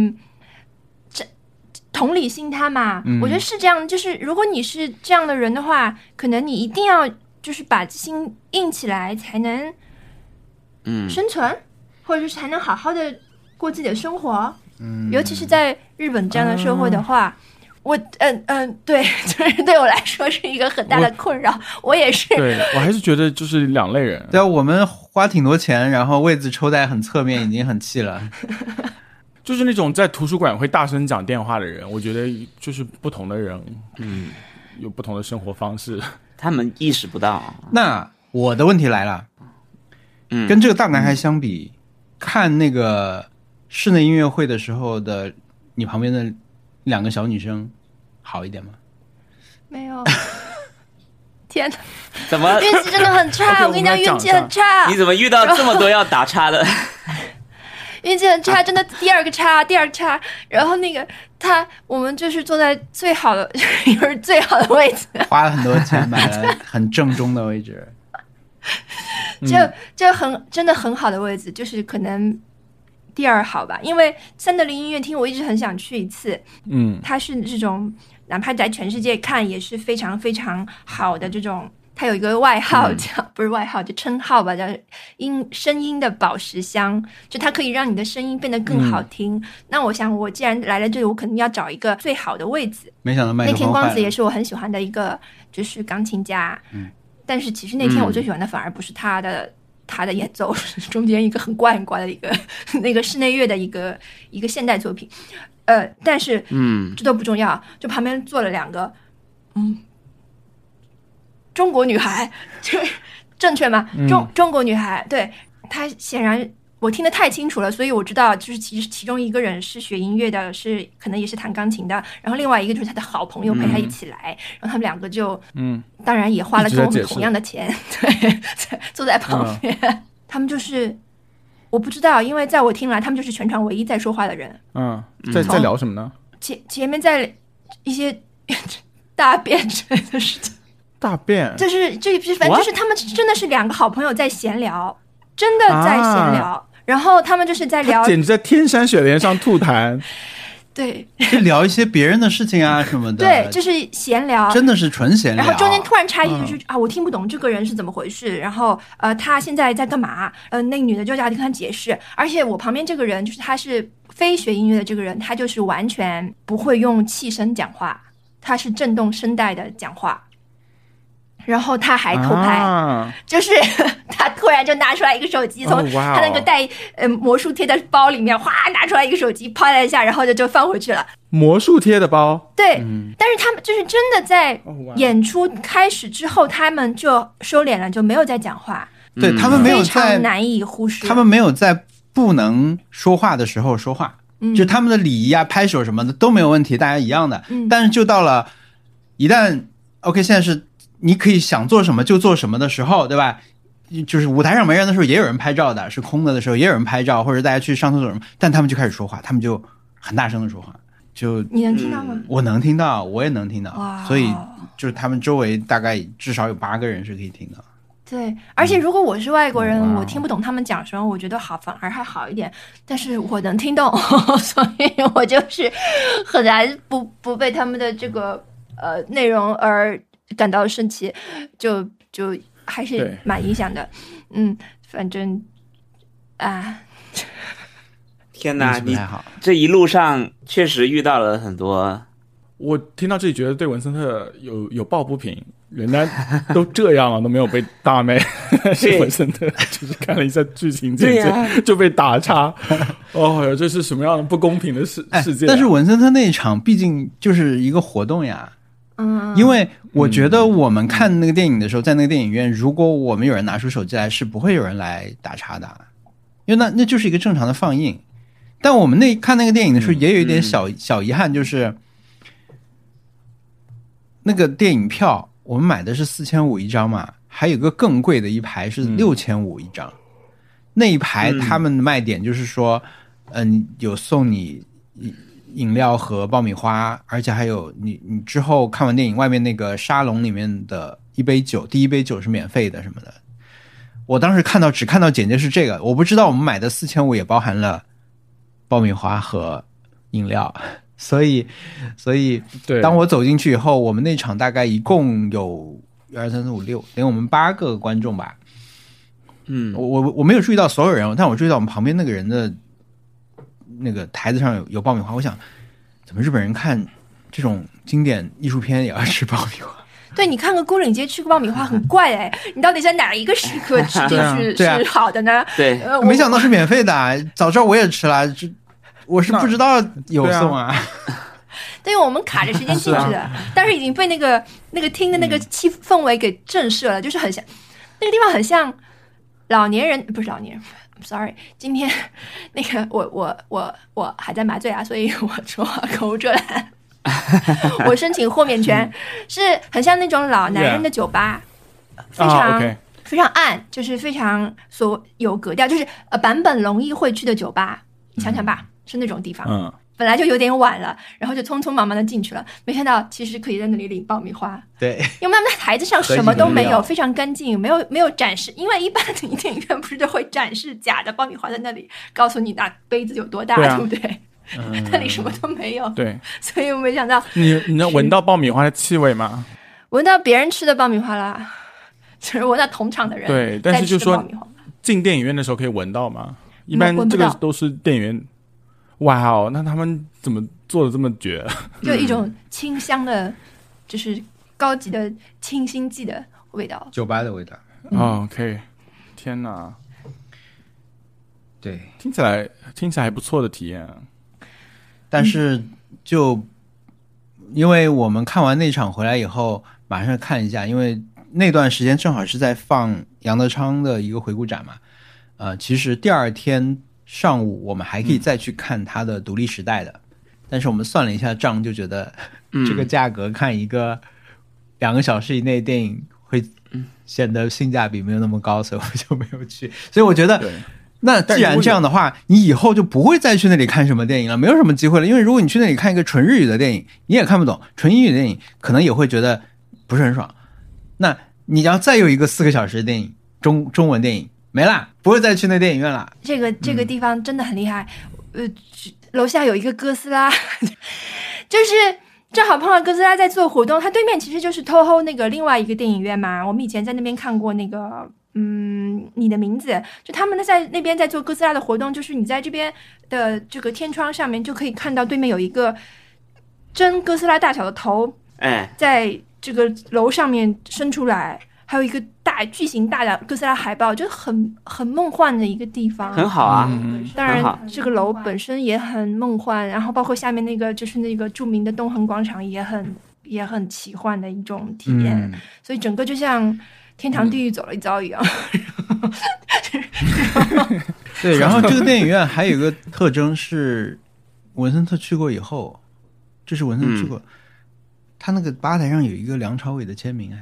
同理心他嘛，我觉得是这样，就是如果你是这样的人的话，可能你一定要就是把心硬起来，才能生存，或者是才能好好的过自己的生活。尤其是在日本这样的社会的话。对，就是对我来说是一个很大的困扰。我也是， 对我还是觉得就是2类人。 对啊，我们花挺多钱，然后位子抽在很侧面，已经很气了。 就是那种在图书馆会大声讲电话的人，我觉得就是不同的人，有不同的生活方式， 他们意识不到。 那我的问题来了，跟这个大男孩相比，看那个室内音乐会的时候的你旁边的2个小女生好一点吗？ 没有。天哪， 怎么运气真的很差？我跟你讲，运气很差。 你怎么遇到这么多要打叉的？ 运气很差，真的第二个叉。然后那个我们就是坐在最好的位置， 花了很多钱买了很正宗的位置。 这真的很好的位置，就是可能第2好吧，因为三德林音乐厅我一直很想去一次。它是这种哪怕在全世界看也是非常非常好的这种，它有一个外号不是外号，就称号吧，叫声音的宝石箱，就它可以让你的声音变得更好听。那我想我既然来了这里，我肯定要找一个最好的位置。 没想到麦克风坏了。 那天光子也是我很喜欢的一个就是钢琴家，但是其实那天我最喜欢的反而不是他的演奏，中间一个很怪的一个那个室内乐的一个现代作品。但是这都不重要，就旁边坐了2个中国女孩，正确吗？中国女孩，对，她显然我听得太清楚了，所以我知道就是其中一个人是学音乐的，是可能也是弹钢琴的，然后另外一个就是他的好朋友陪他一起来，然后他们两个就当然也花了跟我们同样的钱，对，坐在旁边，他们就是我不知道，因为在我听来他们就是全场唯一在说话的人。 在聊什么呢？ 前面在一些大便之类的事情。 大便就是反正就是他们真的是两个好朋友在闲聊，真的在闲聊，然后他们就是在聊， 简直在天山雪莲上吐痰。 对， 聊一些别人的事情啊什么的。 对，就是闲聊， 真的是纯闲聊。 然后中间突然插一句就是我听不懂这个人是怎么回事，然后他现在在干嘛？那个女的就要跟他解释，而且我旁边这个人就是他是非学音乐的这个人，他就是完全不会用气声讲话，他是震动声带的讲话。然后他还偷拍，就是他突然就拿出来一个手机，从他那个带魔术贴的包里面哗拿出来一个手机，拍了一下，然后就放回去了。 魔术贴的包， 对，但是他们就是真的在演出开始之后，他们就收敛了，就没有再讲话。 对，他们没有在非常难以忽视， 他们没有在不能说话的时候说话，就他们的礼仪啊、拍手什么的都没有问题，大家一样的。但是就到了一旦 OK， 现在是。你可以想做什么就做什么的时候，对吧？就是舞台上没人的时候也有人拍照的，是空的时候也有人拍照，或者大家去上厕所什么，但他们就开始说话，他们就很大声的说话。就你能听到吗？ 我能听到，我也能听到，所以就是他们周围大概至少有8个人是可以听到。 对，而且如果我是外国人，我听不懂他们讲什么，我觉得反而还好一点，但是我能听懂，所以我就是很难不被他们的这个内容而感到生气，就还是蛮影响的。反正天哪，你这一路上确实遇到了很多。 我听到这里觉得对文森特有抱不平，人家都这样了都没有被大妹，是文森特就是看了一下剧情简介就被打岔。哦哟，这是什么样的不公平的世界但是文森特那一场毕竟就是一个活动呀。因为我觉得我们看那个电影的时候，在那个电影院，如果我们有人拿出手机来，是不会有人来打岔的，因为那就是一个正常的放映。但我们看那个电影的时候，也有一点小遗憾，就是那个电影票我们买的是4500一张嘛，还有个更贵的一排是6500一张。那一排他们的卖点就是说，有送你饮料和爆米花，而且还有你之后看完电影外面那个沙龙里面的一杯酒，第一杯酒是免费的什么的。我当时只看到简介是这个，我不知道我们买的4500也包含了爆米花和饮料，所以当我走进去以后，我们那场大概一共有1、2、3、4、5、6，连我们8个观众吧。我没有注意到所有人，但我注意到我们旁边那个人的那个台子上有爆米花，我想怎么日本人看这种经典艺术片也要吃爆米花？ 对，你看个牯岭街吃个爆米花很怪你到底在哪一个时刻吃进去是好的呢？ 对， 没想到是免费的，早知道我也吃了，我是不知道有送啊。 对，我们卡着时间进去的，但是已经被那个厅的那个氛围给震慑了，就是很像那个地方很像老年人，不是老年人。Sorry， 今天那个我还在麻醉所以我说话口无遮拦。我申请豁免权，是很像那种老男人的酒吧，非常暗，就是非常有格调，就是坂本龙一会去的酒吧，你想想吧，是那种地方。本来就有点晚了，然后就匆匆忙忙的进去了，没想到其实可以在那里领爆米花。 对， 因为他们的台子上什么都没有，非常干净，没有展示。因为一般的电影院不是都会展示假的爆米花在那里，告诉你那杯子有多大，对不对？那里什么都没有。 对， 所以我没想到。 你能闻到爆米花的气味吗？ 闻到别人吃的爆米花啦，就是闻到同场的人。 对，但是就说进电影院的时候可以闻到吗？一般这个都是电影院。哇哦，那他们怎么做的这么绝？ 就一种清香的，就是高级的清新剂的味道， 酒吧的味道。 OK， 天哪， 对， 听起来还不错的体验。 但是就因为我们看完那场回来以后，马上看一下，因为那段时间正好是在放杨德昌的一个回顾展嘛。 其实第二天上午我们还可以再去看它的独立时代的，但是我们算了一下账，就觉得这个价格看一个2个小时以内的电影会显得性价比没有那么高，所以我就没有去。所以我觉得那既然这样的话，你以后就不会再去那里看什么电影了，没有什么机会了。因为如果你去那里看一个纯日语的电影，你也看不懂；纯英语的电影，可能也会觉得不是很爽。那你要再有一个4个小时的电影，中文电影没啦，不会再去那电影院了。 这个地方真的很厉害。楼下有一个哥斯拉，就是正好碰到哥斯拉在做活动，它对面其实就是 Toho 那个另外一个电影院嘛。我们以前在那边看过那个你的名字，就他们在那边在做哥斯拉的活动，就是你在这边的这个天窗上面就可以看到对面有一个真哥斯拉大小的头，在这个楼上面伸出来，还有一个巨型大的哥斯拉海报，就很梦幻的一个地方， 很好啊。 当然这个楼本身也很梦幻，然后包括下面那个就是那个著名的东横广场也很奇幻的一种体验，所以整个就像天堂地狱走了一遭一样。 对，然后这个电影院还有一个特征是，文森特去过以后，这是文森特去过，他那个吧台上有一个梁朝伟的签名。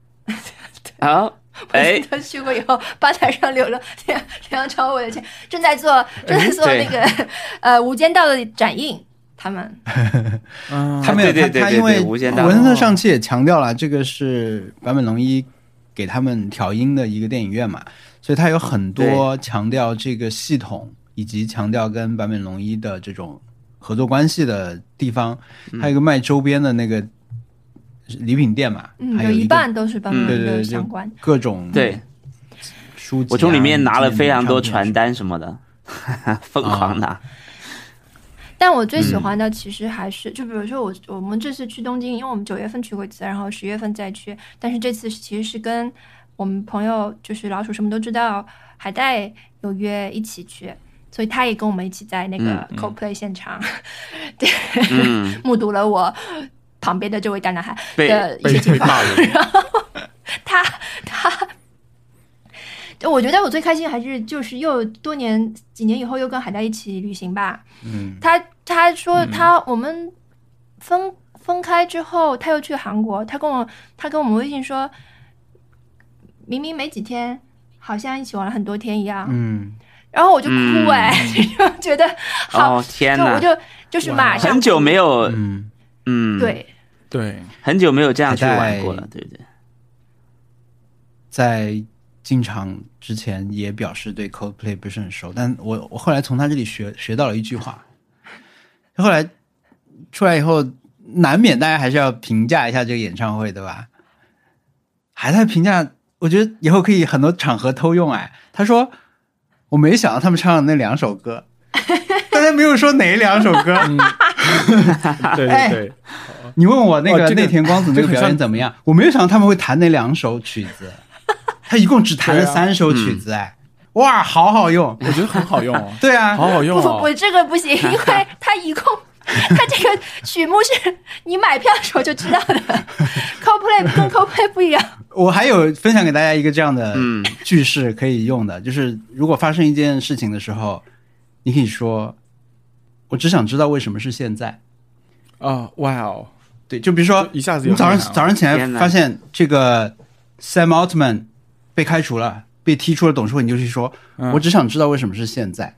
他去过以后，吧台上留了梁朝伟的签，正在做那个无间道的展映。他们他因为文森特上期也强调了，这个是坂本龙一给他们调音的一个电影院嘛，所以他有很多强调这个系统以及强调跟坂本龙一的这种合作关系的地方。还有一个卖周边的那个礼品店嘛， 有一半都是坂本龙一的相关， 各种书籍， 我从里面拿了非常多传单什么的，疯狂拿。 但我最喜欢的其实还是，就比如说我们这次去东京，因为我们9月份去过一次，然后10月份再去，但是这次其实是跟我们朋友，就是老鼠什么都知道海带有约一起去，所以他也跟我们一起在那个 Coldplay 现场，对，目睹了我旁边的这位大男孩的一些情况，然后他。我觉得我最开心还是就是又几年以后又跟海带一起旅行吧。他说我们分开之后，他又去韩国，他跟我们微信说，明明没几天，好像一起玩了很多天一样。然后我就哭就觉得好， 天哪！ 我就是马上很久没有， 对， 很久没有这样去玩过了，对不对？ 在进场之前也表示对 Coldplay 不是很熟，但我后来从他这里学到了一句话，后来出来以后难免大家还是要评价一下这个演唱会，对吧？还在评价，我觉得以后可以很多场合偷用。他说我没想到他们唱的那2首歌，大家没有说哪2首歌。 对， 你问我那个内田光子那个表演怎么样，我没有想到他们会弹那2首曲子。他一共只弹了3首曲子，哇，好好用， 我觉得很好用哦。 对啊， 好好用哦。 我这个不行，因为他这个曲目是你买票的时候就知道的，Coldplay 跟 Coldplay 不一样。 我还有分享给大家一个这样的句式可以用的，就是如果发生一件事情的时候，你可以说，我只想知道为什么是现在。 哇哦， 对，就比如说一下子你早上起来发现这个 Sam Altman 被开除了，被踢出了董事会，你就去说，我只想知道为什么是现在。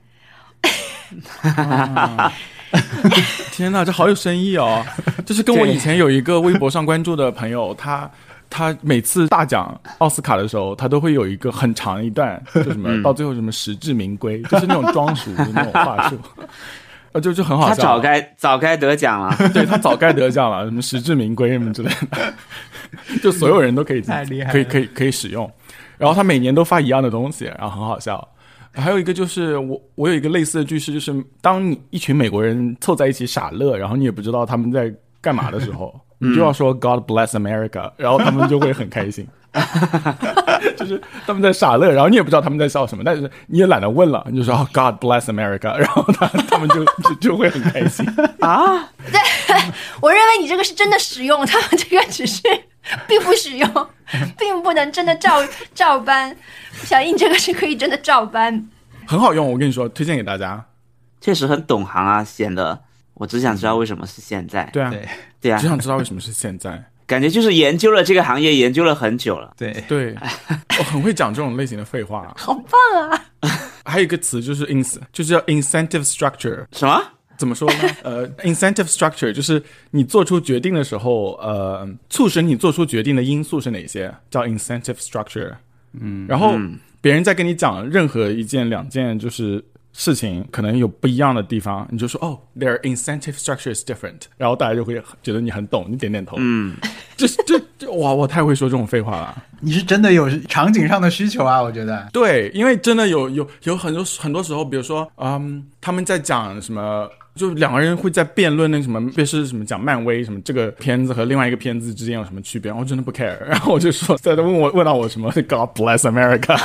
天哪，这好有深意哦！就是跟我以前有一个微博上关注的朋友，他每次大奖奥斯卡的时候，他都会有一个很长一段，就什么到最后什么实至名归，就是那种装熟的那种话术。就很好笑， 他早该得奖了。 对，他早该得奖了，什么实至名归什么之类的，就所有人都可以可以使用。然后他每年都发一样的东西，然后很好笑。还有一个就是我有一个类似的句式，就是当你一群美国人凑在一起傻乐，然后你也不知道他们在干嘛的时候，你就要说 God bless America， 然后他们就会很开心。就是他们在傻乐，然后你也不知道他们在笑什么，但是你也懒得问了，你就说God bless America， 然后他们就会很开心啊。对，我认为你这个是真的实用，他们这个只是并不实用，并不能真的照搬。小印这个是可以真的照搬。 很好用，我跟你说，推荐给大家。 确实很懂行啊，显得我只想知道为什么是现在。 对啊， 对啊， 只想知道为什么是现在。 感觉就是研究了这个行业，研究了很久了。 对， 我很会讲这种类型的废话。 好棒啊！ 还有一个词就是叫 incentive structure。 什么？ 怎么说呢？incentive structure 就是你做出决定的时候，促使你做出决定的因素是哪些？叫 incentive structure。然后别人在跟你讲任何一件、两件就是事情，可能有不一样的地方，你就说哦 ，their incentive structure is different， 然后大家就会觉得你很懂，你点点头。哇，我太会说这种废话了。 你是真的有场景上的需求啊，我觉得。 对，因为真的有很多时候，比如说，他们在讲什么。就两个人会在辩论那什么，别是什么讲漫威什么这个片子和另外一个片子之间有什么区别，我真的不 care。然后我就说，在问到我什么 God bless America，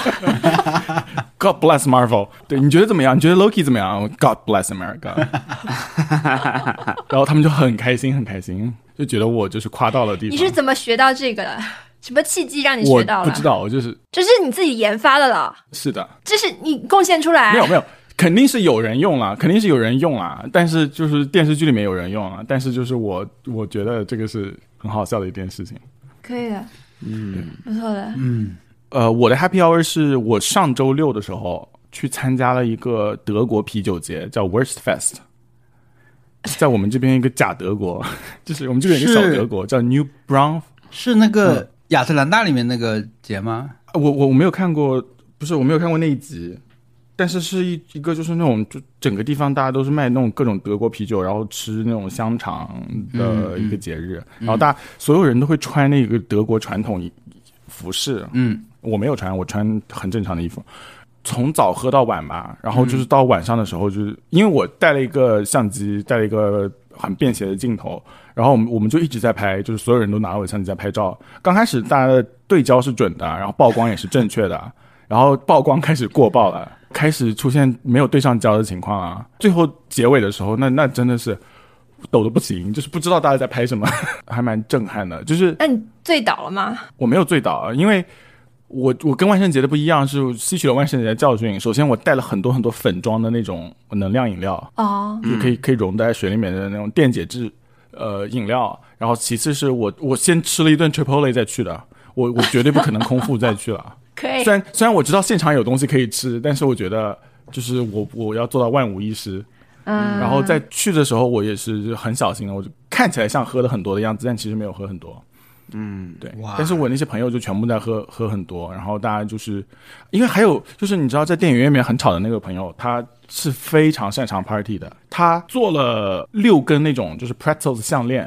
God bless Marvel。对，你觉得怎么样？你觉得 Loki 怎么样 ？God bless America。然后他们就很开心，就觉得我就是夸到了地方。 你是怎么学到这个的？什么契机让你学到了？ 我不知道， 这是你自己研发的了。 是的， 这是你贡献出来。 没有。肯定是有人用了，但是就是电视剧里面有人用了，但是就是我觉得这个是很好笑的一件事情。 可以的，不错的。 我的 Happy Hour 是我上周六的时候去参加了一个德国啤酒节，叫 Wurstfest， 在我们这边一个假德国，就是我们这边有一个小德国叫 New Braun， 是那个亚特兰大里面那个节吗？ 我没有看过，不是我没有看过那一集。但是是一个就是那种就整个地方大家都是卖那种各种德国啤酒，然后吃那种香肠的一个节日，然后所有人都会穿那个德国传统服饰。我没有穿，我穿很正常的衣服，从早喝到晚吧。然后就是到晚上的时候，就是因为我带了一个相机，带了一个很便携的镜头，然后我们就一直在拍，就是所有人都拿我的相机在拍照。刚开始大家的对焦是准的，然后曝光也是正确的，然后曝光开始过曝了。开始出现没有对上焦的情况啊，最后结尾的时候，那真的是抖得不行，就是不知道大家在拍什么，还蛮震撼的。就是那你醉倒了吗？我没有醉倒，因为我跟万圣节的不一样，是吸取了万圣节的教训。首先，我带了很多很多粉装的那种能量饮料，就可以溶在水里面的那种电解质饮料。然后其次是我先吃了一顿 Chipotle 再去的，我绝对不可能空腹再去了。 可以。 虽然我知道现场有东西可以吃，但是我觉得就是我要做到万无一失。然后在去的时候我也是很小心的，我就看起来像喝了很多的样子，但其实没有喝很多。对。但是我那些朋友就全部在喝很多，然后大家就是因为还有就是你知道在电影院里面很吵的那个朋友，他是非常擅长 party 的，他做了6根那种就是 pretzels 项链。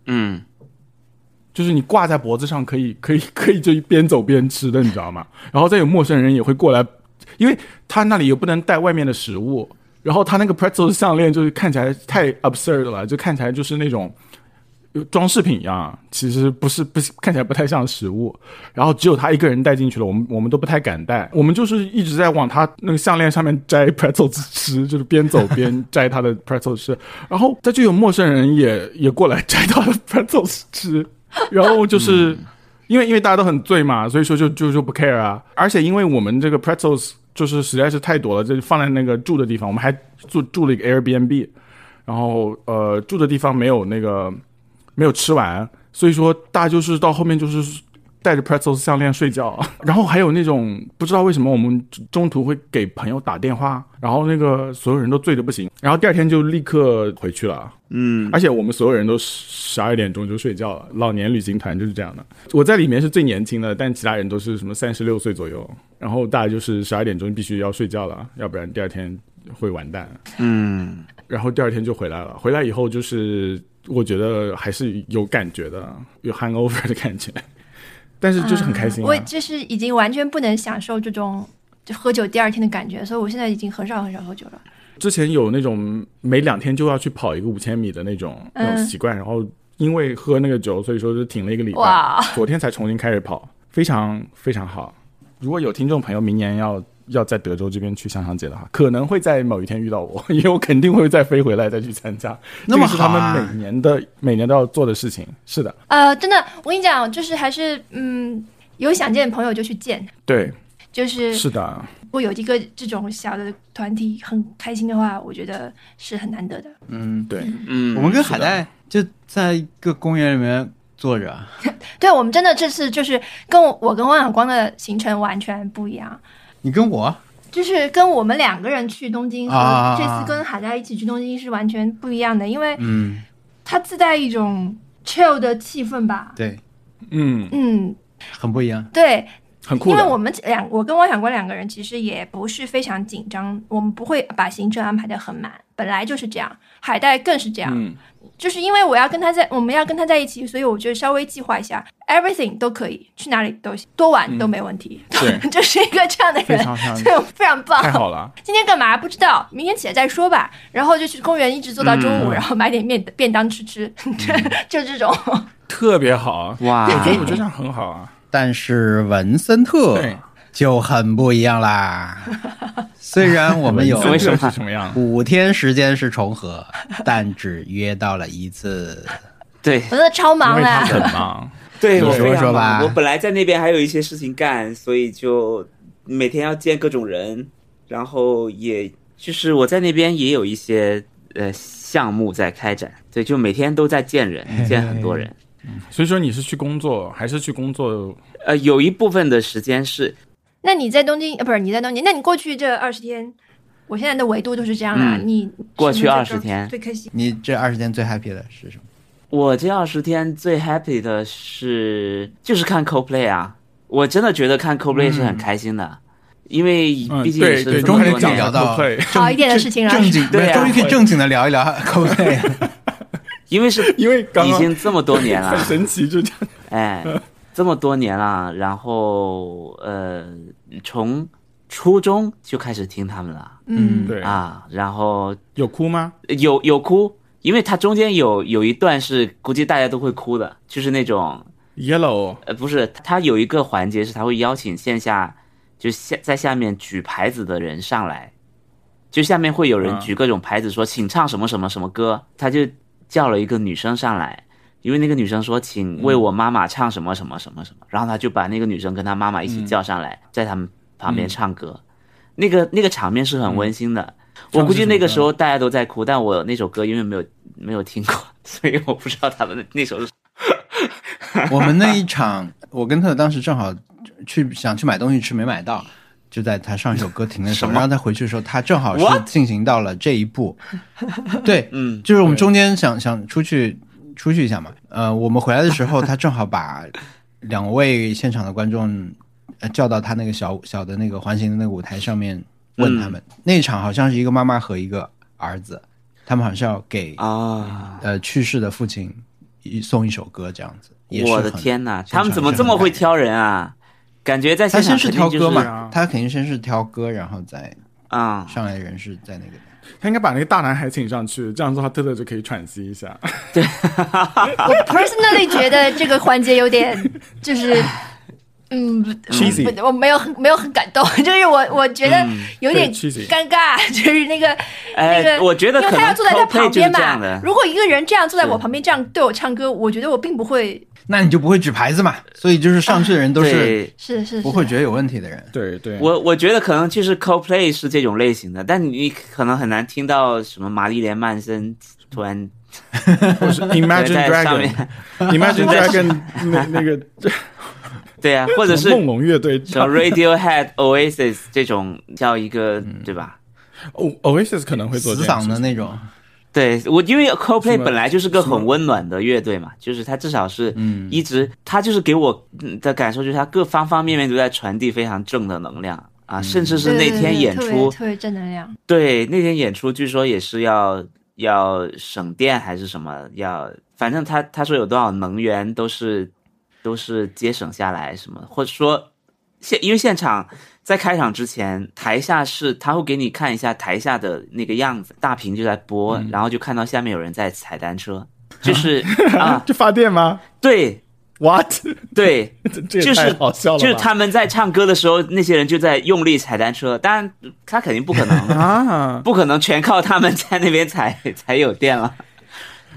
就是你挂在脖子上可以就边走边吃的，你知道吗？然后再有陌生人也会过来，因为他那里又不能带外面的食物，然后他那个 pretzel 项链就是看起来太 absurd 了，就看起来就是那种装饰品一样，其实不看起来不太像食物。然后只有他一个人带进去了，我们都不太敢带，我们就是一直在往他那个项链上面摘 pretzel 吃，就是边走边摘他的 pretzel 吃。然后再就有陌生人也过来摘他的 pretzel 吃。然后就是因为大家都很醉嘛，所以说就不 care 啊。而且因为我们这个 pretzels 就是实在是太多了，就放在那个住的地方，我们还住了一个 Airbnb， 然后住的地方没有吃完，所以说大家就是到后面就是带着 pretzels 项链睡觉。然后还有那种不知道为什么我们中途会给朋友打电话，然后那个所有人都醉得不行，然后第二天就立刻回去了。而且我们所有人都12点钟就睡觉了，老年旅行团就是这样的。我在里面是最年轻的，但其他人都是什么36岁左右，然后大家就是12点钟必须要睡觉了，要不然第二天会完蛋。然后第二天就回来了，回来以后就是我觉得还是有感觉的，有 hangover 的感觉，但是就是很开心。 我就是已经完全不能享受这种就喝酒第二天的感觉，所以我现在已经很少喝酒了。 之前有那种每2天就要去跑一个5000米的那种习惯，然后因为喝那个酒，所以说就停了1个礼拜，昨天才重新开始跑，非常非常好。如果有听众朋友明年要在德州这边去香肠节的话，可能会在某一天遇到我，因为我肯定会再飞回来再去参加。 那么好啊， 这个是他们每年都要做的事情。是的， 真的，我跟你讲，就是还是有想见的朋友就去见。 对。 是的， 如果有一个这种小的团体很开心的话，我觉得是很难得的。 对， 我们跟海带就在一个公园里面坐着。 对，我们真的这次就是跟我跟汪小光的行程完全不一样。 你跟我？ 就是跟我们2个人去东京和这次跟海带一起去东京是完全不一样的，因为它自带一种 chill 的气氛吧。 对，很不一样。 对， 很酷的。 因为我跟汪小光2个人其实也不是非常紧张，我们不会把行程安排得很满，本来就是这样。海带更是这样，就是因为我们要跟他在一起，所以我就稍微计划一下 ，everything 都可以，去哪里都行，多玩都没问题。 对， 就是一个这样的人，所以非常棒。 太好了！ 今天干嘛不知道，明天起来再说吧。然后就去公园一直坐到中午，然后买点便当吃，就这种。 特别好哇！ 我觉得这样很好啊。 但是文森特就很不一样啦。虽然我们有5天时间是重合，但只约到了1次。 对， 我真的超忙的， 很忙。 对，我非常忙。 我本来在那边还有一些事情干，所以就每天要见各种人，然后也就是我在那边也有一些项目在开展，对，就每天都在见人，见很多人。 所以说你是去工作还是去工作？ 有一部分的时间是。 那你在东京不是你在东京？那你过去这20天，我现在的维度都是这样的。你过去20天最开心？ 你这20天最 happy 的是什么？ 我这20天最 happy 的就是看 Coldplay 啊！我真的觉得看 Coldplay 是很开心的，因为毕竟也是这么多年聊到好一点的事情了， 正经对，终于可以正经的聊一聊 Coldplay。 因为已经这么多年了， 很神奇，就这样。 哎，这么多年了，然后从初中就开始听他们了。 对啊，然后有哭吗？ 有哭，因为他中间有一段是估计大家都会哭的，就是那种 Yellow。 不是，他有一个环节是他会邀请线下就在下面举牌子的人上来，就下面会有人举各种牌子说请唱什么什么什么歌，他就叫了一个女生上来，因为那个女生说请为我妈妈唱什么什么什么什么，然后他就把那个女生跟她妈妈一起叫上来，在他们旁边唱歌，那个场面是很温馨的。我估计那个时候大家都在哭，但我那首歌因为没有听过，所以我不知道他们那首是我们那一场我跟特当时正好想去买东西吃，没买到，就在他上一首歌停的时候，然后他回去的时候，他正好是进行到了这一步。对，就是我们中间想出去一下嘛。我们回来的时候，他正好把2位现场的观众叫到他那个小的那个环形的那个舞台上面，问他们。那一场好像是一个妈妈和一个儿子，他们好像要给去世的父亲送一首歌这样子。 我的天哪，他们怎么这么会挑人啊？感觉在现场肯定就是他先是挑歌嘛，他肯定先是挑歌，然后再上来的人是在那个。 他应该把那个大男孩请上去，这样子的话特特就可以喘息一下。 对， 我 personally 觉得这个环节有点就是我没有很感动，就是我觉得有点尴尬，就是那个我觉得因为他要坐在他旁边嘛， 如果一个人这样坐在我旁边这样对我唱歌，我觉得我并不会。 那你就不会举牌子嘛？所以就是上去的人都是不会觉得有问题的人。 对对， 我觉得可能就是 Coldplay 是这种类型的，但你可能很难听到什么玛丽莲曼森突然或是 Imagine Dragon 那个对啊，或者是梦龙乐队像 Radiohead、Oasis 这种叫一个对吧 ？Oasis 可能会做死嗓的那种。 对，因为 Coldplay 本来就是个很温暖的乐队嘛，就是他至少是一直他就是给我的感受就是他各方方面面都在传递非常正的能量啊，甚至是那天演出特别正能量。 对，那天演出据说也是要省电还是什么，反正他说有多少能源都是节省下来什么，或者说因为现场在开场之前，台下是他会给你看一下台下的那个样子，大屏就在播，然后就看到下面有人在踩单车，就是就发电吗？ 对 ，what？ 对， 这也太好笑了吧， 就是他们在唱歌的时候，那些人就在用力踩单车，当然他肯定不可能不可能全靠他们在那边踩有电了。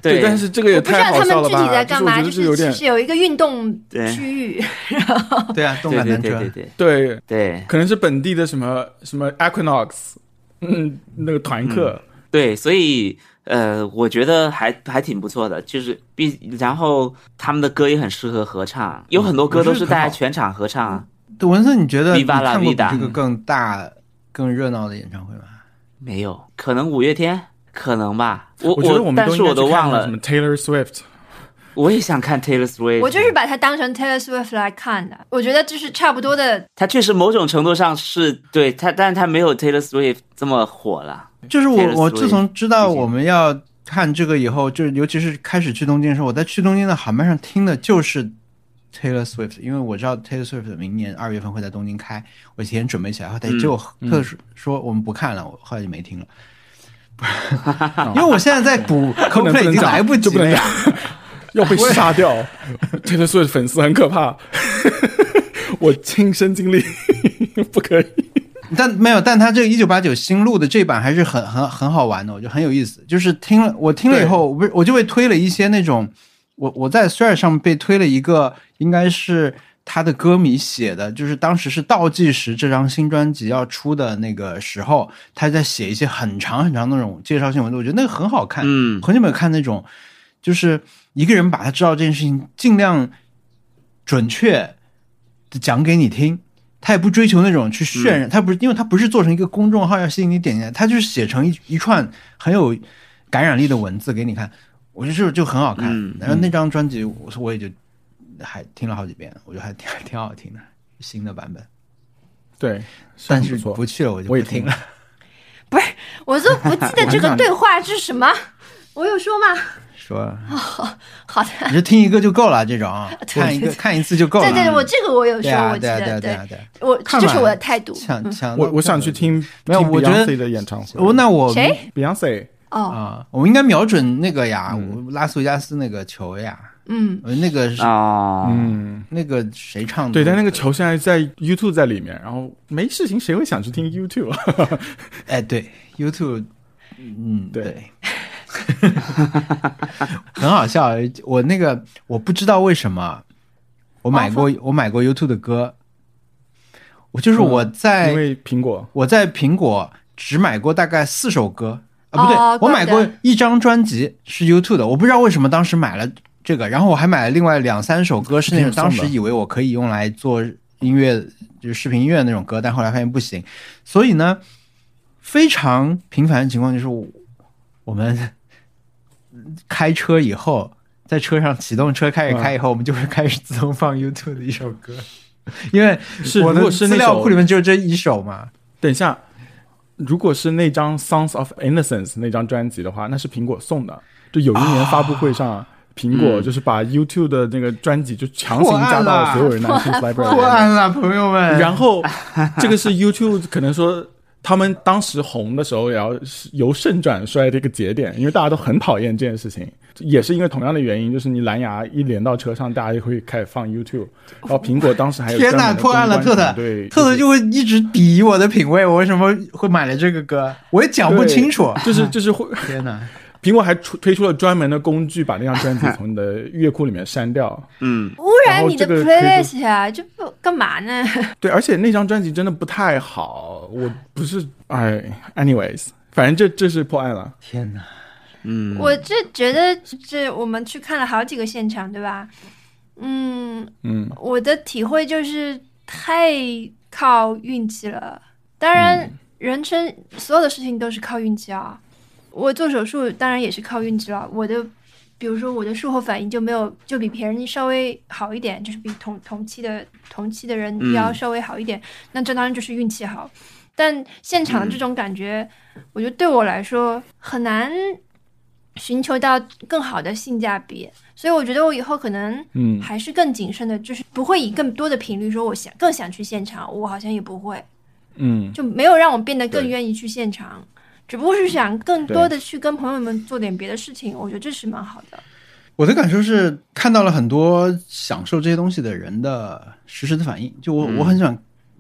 对， 但是这个也太好笑了吧？ 我不知道他们具体在干嘛， 就是有一个运动区域， 对啊，动感单车， 对， 可能是本地的什么 Equinox， 那个团课， 对，所以我觉得还挺不错的，就是然后他们的歌也很适合合唱，有很多歌都是大家全场合唱。 对，文森，你觉得你看过比这个更大、更热闹的演唱会吗？ 没有，可能五月天，可能吧。 我觉得我们但是我都忘了什么 Taylor Swift。 我也想看 Taylor Swift， 我就是把它当成 Taylor Swift 来看的。我觉得就是差不多的。 他确实某种程度上是对他，但是他没有 Taylor Swift 这么火了。 就是我自从知道我们要看这个以后，就尤其是开始去东京的时候，我在去东京的航班上听的就是 Taylor Swift， 因为我知道 Taylor Swift 明年2月份会在东京开，我提前准备起来，后结果特说我们不看了，我后来就没听了。因为我现在在补 Coldplay 已经来不及了。 要被杀掉，Taylor Swift 粉丝很可怕，我亲身经历，不可以。 但他这个1989新录的这版还是很好玩的，我觉得很有意思。就是我听了以后，我就被推了一些那种，我在 Threads 上被推了一个，应该是他的歌迷写的，就是当时是倒计时这张新专辑要出的那个时候，他在写一些很长很长那种介绍性文字，我觉得那个很好看。很久没有看那种，就是一个人把他知道这件事情尽量准确的讲给你听，他也不追求那种去渲染，因为他不是做成一个公众号要吸引你点进来，他就是写成一串很有感染力的文字给你看，我觉得就很好看。然后那张专辑我也就还听了好几遍，我觉得还挺好听的，新的版本。 对， 但是不去了我就不听了。 不是，我都不记得这个对话是什么，我有说吗？ 说好的， 你就听一个就够了，这种看一次就够了。 对，我这个我有说，我记得，对，这是我的态度。 我想去听， 没有，我觉得 Beyonce 的演唱会。 那我谁 ？Beyonce 我们应该瞄准那个呀，拉斯维加斯那个球呀。那个是那个谁唱的？ 对，但那个球现在在 YouTube 在里面，然后没事情谁会想去听 YouTube？ 哎，对 YouTube， 对。很好笑，我不知道为什么我买过 YouTube 的歌，因为苹果，我在苹果只买过大概4首歌不对，我买过1张专辑是 YouTube 的，我不知道为什么当时买了这个，然后我还买了另外2-3首歌是那种当时以为我可以用来做音乐，就是视频音乐那种歌，但后来发现不行，所以呢，非常频繁的情况就是我们开车以后，在车上启动车开以后，我们就会开始自动放 YouTube 的一首歌，因为我的资料库里面就这1首嘛。 等一下，如果是那张 Songs of Innocence 那张专辑的话，那是苹果送的。就有一年发布会上，苹果就是把 YouTube 的那个专辑就强行加到所有人的 iTunes Library 破案了，朋友们。 然后这个是 YouTube 可能说他们当时红的时候也要由盛转衰的一个节点，因为大家都很讨厌这件事情，也是因为同样的原因，就是你蓝牙一连到车上，大家就会开始放 YouTube。然后苹果当时还有天哪，破案了，特特就会一直鄙夷我的品味，我为什么会买了这个歌，我也讲不清楚， 就是会天哪。 苹果还推出了专门的工具，把那张专辑从你的乐库里面删掉。 污染你的 playlist 啊，这不干嘛呢？ 对，而且那张专辑真的不太好，我不是anyways， 反正这是破案了。 天哪， 我这觉得我们去看了好几个现场，对吧？我的体会就是太靠运气了。当然，人生所有的事情都是靠运气啊。我做手术当然也是靠运气了，比如说我的术后反应就比别人稍微好一点，就是比同期的人要稍微好一点，那这当然就是运气好。但现场的这种感觉，我觉得对我来说很难寻求到更好的性价比，所以我觉得我以后可能还是更谨慎的，就是不会以更多的频率说我更想去现场，我好像也不会，就没有让我变得更愿意去现场。只不过是想更多的去跟朋友们做点别的事情，我觉得这是蛮好的。 我的感受是看到了很多享受这些东西的人的实时的反应，就我很喜欢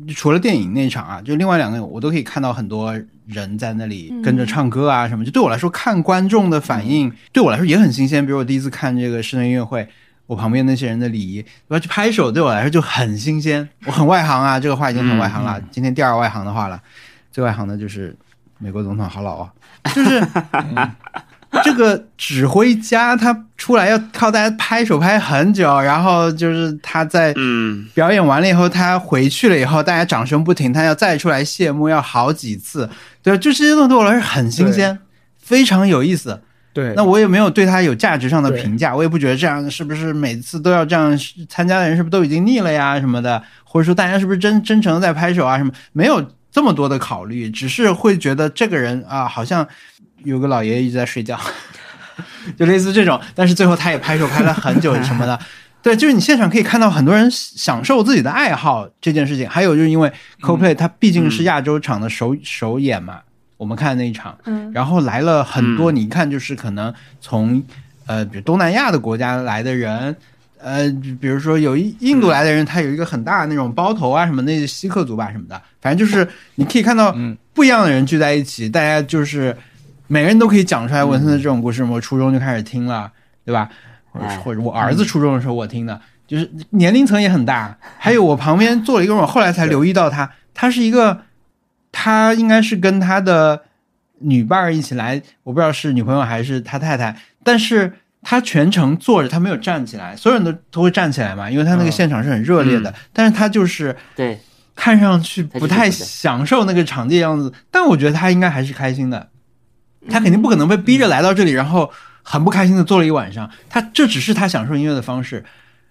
除了电影那一场啊，就另外2个我都可以看到很多人在那里跟着唱歌啊什么，就对我来说看观众的反应对我来说也很新鲜。比如我第一次看这个室内音乐会，我旁边那些人的礼仪，我要去拍手，对我来说就很新鲜。我很外行啊，这个话已经很外行了。今天第2外行的话了，最外行的就是美国总统好老啊，就是这个指挥家他出来要靠大家拍手拍很久，然后就是他在表演完了以后，他回去了以后，大家掌声不停，他要再出来谢幕，要好几次。对，就这些东西对我来说很新鲜，非常有意思。 对， 那我也没有对他有价值上的评价，我也不觉得这样是不是每次都要这样，参加的人是不是都已经腻了呀什么的，或者说大家是不是真诚的在拍手啊什么，没有这么多的考虑，只是会觉得这个人啊好像有个老爷爷一直在睡觉就类似这种，但是最后他也拍手拍了很久什么的对，就是你现场可以看到很多人享受自己的爱好这件事情。还有就是因为 Coldplay 它毕竟是亚洲场的首演嘛，我们看那一场然后来了很多你看就是可能从比如东南亚的国家来的人比如说有印度来的人，他有一个很大的那种包头啊什么，那锡克族吧什么的，反正就是你可以看到不一样的人聚在一起，大家就是每个人都可以讲出来文森的这种故事。我初中就开始听了，对吧？或者我儿子初中的时候我听的，就是年龄层也很大。还有我旁边坐了一个人，我后来才留意到他是一个，他应该是跟他的女伴一起来，我不知道是女朋友还是他太太，但是他全程坐着，他没有站起来。所有人都会站起来嘛，因为他那个现场是很热烈的，但是他就是对看上去不太享受那个场地样子，但我觉得他应该还是开心的。他肯定不可能被逼着来到这里，然后很不开心的坐了一晚上，这只是他享受音乐的方式。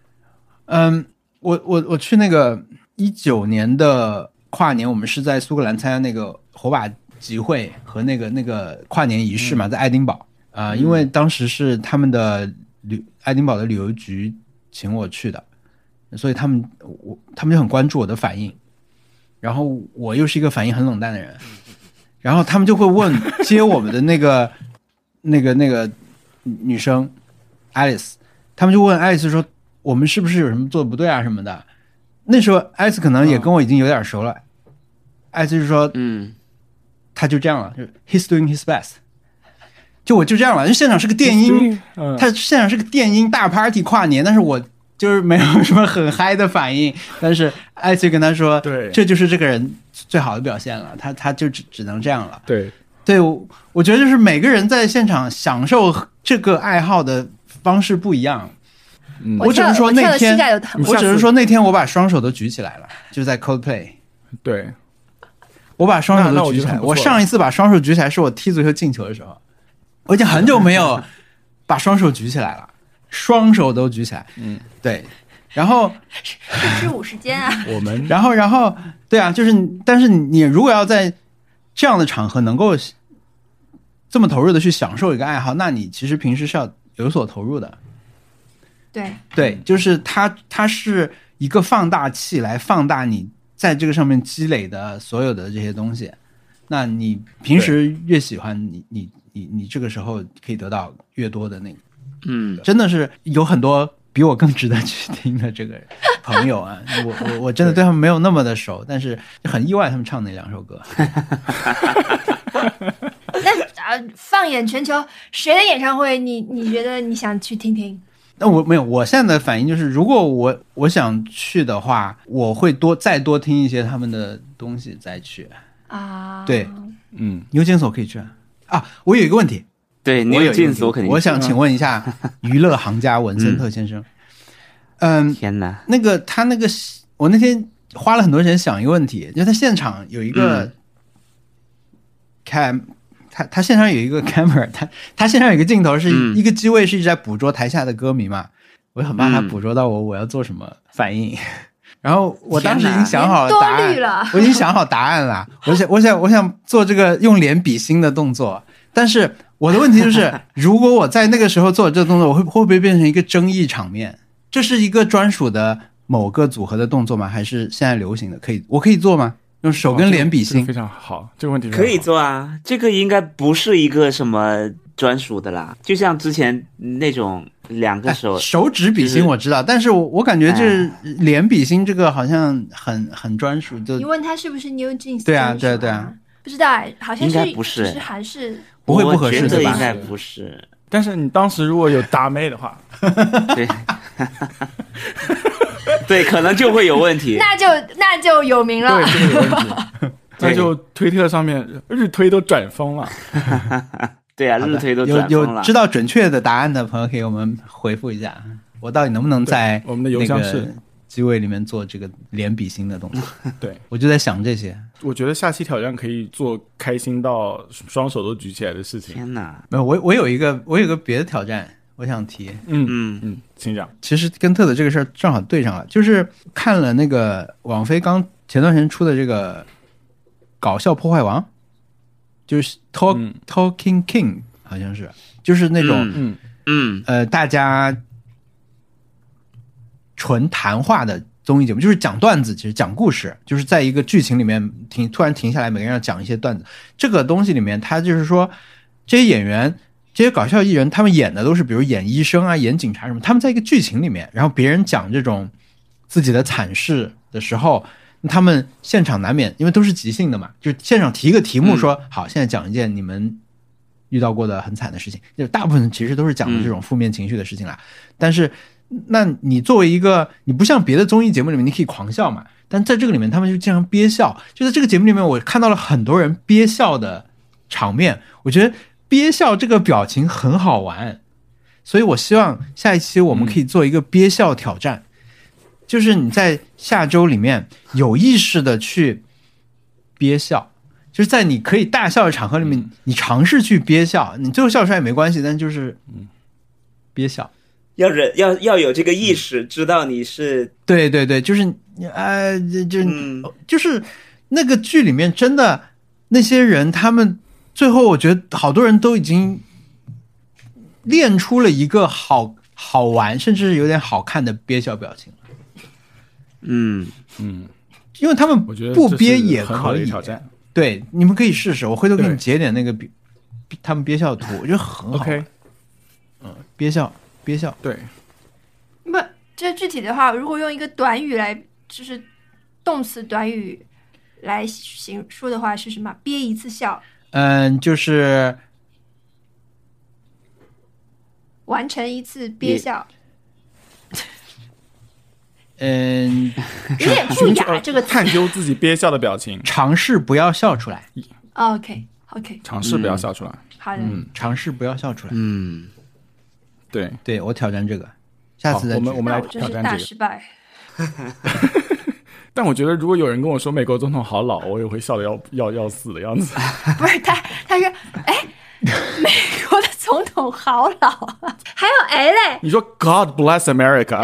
我去那个19年的跨年，我们是在苏格兰参加那个火把集会和那个跨年仪式嘛，在爱丁堡因为当时是他们的爱丁堡的旅游局请我去的，所以他们就很关注我的反应，然后我又是一个反应很冷淡的人，然后他们就会问接我们的那个女生 Alice， 他们就问 Alice 说我们是不是有什么做的不对啊什么的。那时候 Alice 可能也跟我已经有点熟了，Alice 就说他就这样了，就 He's doing his best， 就我就这样了。就现场是个电音他现场是个电音大 party 跨年，但是我就是没有什么很嗨的反应，但是艾翠跟他说，对，这就是这个人最好的表现了，他就只能这样了。对，我觉得就是每个人在现场享受这个爱好的方式不一样。我只是说那天我把双手都举起来了，就在 Coldplay。对，我把双手都举起来。我上一次把双手举起来是我踢足球进球的时候，我已经很久没有把双手举起来了。双手都举起来，对，然后是午时间啊， 我们然后对啊，就是但是你如果要在这样的场合能够这么投入的去享受一个爱好，那你其实平时是要有所投入的。对，就是它是一个放大器来放大你在这个上面积累的所有的这些东西。那你平时越喜欢你这个时候可以得到越多的那个。真的是有很多比我更值得去听的这个朋友啊，我真的对他们没有那么的熟，但是很意外他们唱那2首歌。 那放眼全球，谁的演唱会你觉得你想去听听？ 那我没有，我现在的反应就是，如果我想去的话，我会再多听一些他们的东西再去啊。对，牛检所可以去啊。我有一个问题。 对，你有进所肯定。 我想请问一下娱乐行家文森特先生， 天哪， 他那个，我那天花了很多时间想一个问题，就他现场有一个他现场有一个 camera， 他现场有一个镜头是一个机位是一直在捕捉台下的歌迷嘛，我很怕他捕捉到我要做什么反应。然后我当时已经想好了答案，我已经想好答案了。我想做这个用脸比心的动作，但是我的问题就是，如果我在那个时候做这个动作，我会不会变成一个争议场面？这是一个专属的某个组合的动作吗？还是现在流行的？我可以做吗？用手跟脸比心， 非常好，这个问题可以做啊。这个应该不是一个什么专属的啦，就像之前那种2个手指比心我知道，但是我感觉就是脸比心这个好像很专属。就你问他是不是 New Jeans？ 对啊，对啊， 不知道，好像应该不是， 只是韩式， 不会不合适的吧？ 吧？ 应该不是。 但是你当时如果有搭妹的话， 对，对，可能就会有问题。 那就有名了， 对，就有问题。那就推特上面日推都转疯了。 对啊，日推都转疯了。 有知道准确的答案的朋友，可以给我们回复一下，我到底能不能在我们的邮箱是机位里面做这个脸比心的动作？ 对， 我就在想这些。 我觉得下期挑战可以做开心到双手都举起来的事情。 天哪！ 没有，我有一个别的挑战，我想提。 请讲。 其实跟特的这个事儿正好对上了，就是看了那个网飞前段时间出的这个搞笑破坏王，就是 Talking King， 好像是，就是那种大家纯谈话的综艺节目，就是讲段子，其实讲故事，就是在一个剧情里面突然停下来，每个人要讲一些段子。这个东西里面，他就是说这些演员、这些搞笑艺人，他们演的都是比如演医生啊、演警察什么，他们在一个剧情里面，然后别人讲这种自己的惨事的时候，他们现场难免因为都是即兴的嘛，就现场提一个题目说，好，现在讲一件你们遇到过的很惨的事情，就大部分其实都是讲的这种负面情绪的事情啦。但是那你作为一个，你不像别的综艺节目里面你可以狂笑嘛，但在这个里面他们就经常憋笑，就在这个节目里面我看到了很多人憋笑的场面，我觉得憋笑这个表情很好玩，所以我希望下一期我们可以做一个憋笑挑战，就是你在下周里面有意识的去憋笑，就是在你可以大笑的场合里面，你尝试去憋笑，你最后笑出来也没关系，但就是憋笑。 要有这个意识，知道你是对，就是就是那个剧里面真的那些人，他们最后我觉得好多人都已经练出了一个好玩，甚至有点好看的憋笑表情。因为他们不憋也可以。对，你们可以试试，我回头给你截点那个他们憋笑图，我觉得很好。 OK， 憋笑。 对， 不，这具体的话，如果用一个短语来，就是动词短语来说的话是什么？憋一次笑。 就是完成一次憋笑。有点不雅，这个探究自己憋笑的表情， 尝试不要笑出来。 OK， 尝试不要笑出来。 好的， 尝试不要笑出来。 对， 我挑战这个，下次再我们来挑战这个。 大失败。 但我觉得如果有人跟我说美国总统好老，我也会笑得要死的样子。 不是他说，美国的总统好老啊，还有嘞。 你说 God bless America。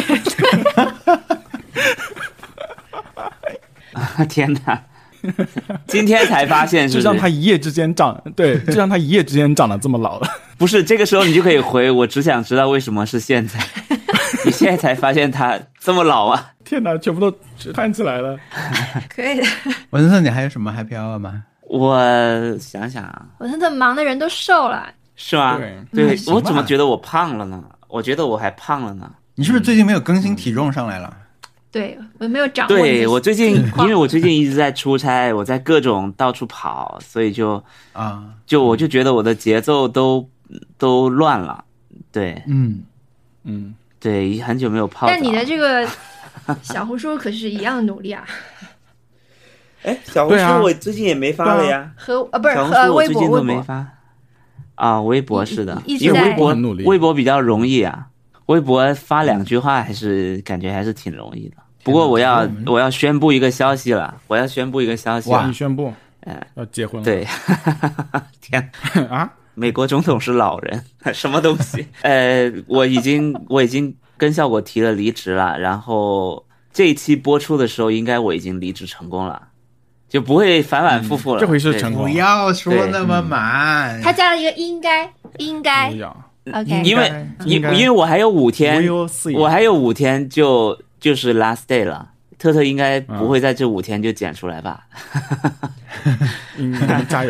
天哪！今天才发现是不是， 就让他一夜之间长得这么老了。 不是，这个时候你就可以回，我只想知道为什么是现在。你现在才发现他这么老啊！ 天哪，全部都串起来了。 可以的。 文森特，你还有什么 happy hour 吗？ 我想想啊， 文森特忙的人都瘦了， 是吗？对，我怎么觉得我胖了呢？我觉得我还胖了呢。 你是不是最近没有更新体重上来了？ 对，我没有掌握。 对，我最近因为我最近一直在出差，我在各种到处跑，所以我就觉得我的节奏都乱了。对，对，很久没有泡澡。 但你的这个小红书可是一样努力啊。 小红书我最近也没发了呀。 不是小红书我最近都没发啊，微博是的，因为微博比较容易啊。微博发2句话感觉还是挺容易的。不过我要宣布一个消息了，哇， 你宣布要结婚了？ 对。天啊！ 美国总统是老人，什么东西？我已经跟效果提了离职了，然后这一期播出的时候，应该我已经离职成功了，就不会反反复复了。 这回是成功。 不要说那么满。 他加了一个应该。OK， 因为我还有5天，我还有5天就是 last day 了。特应该不会在这5天就剪出来吧？ 加油。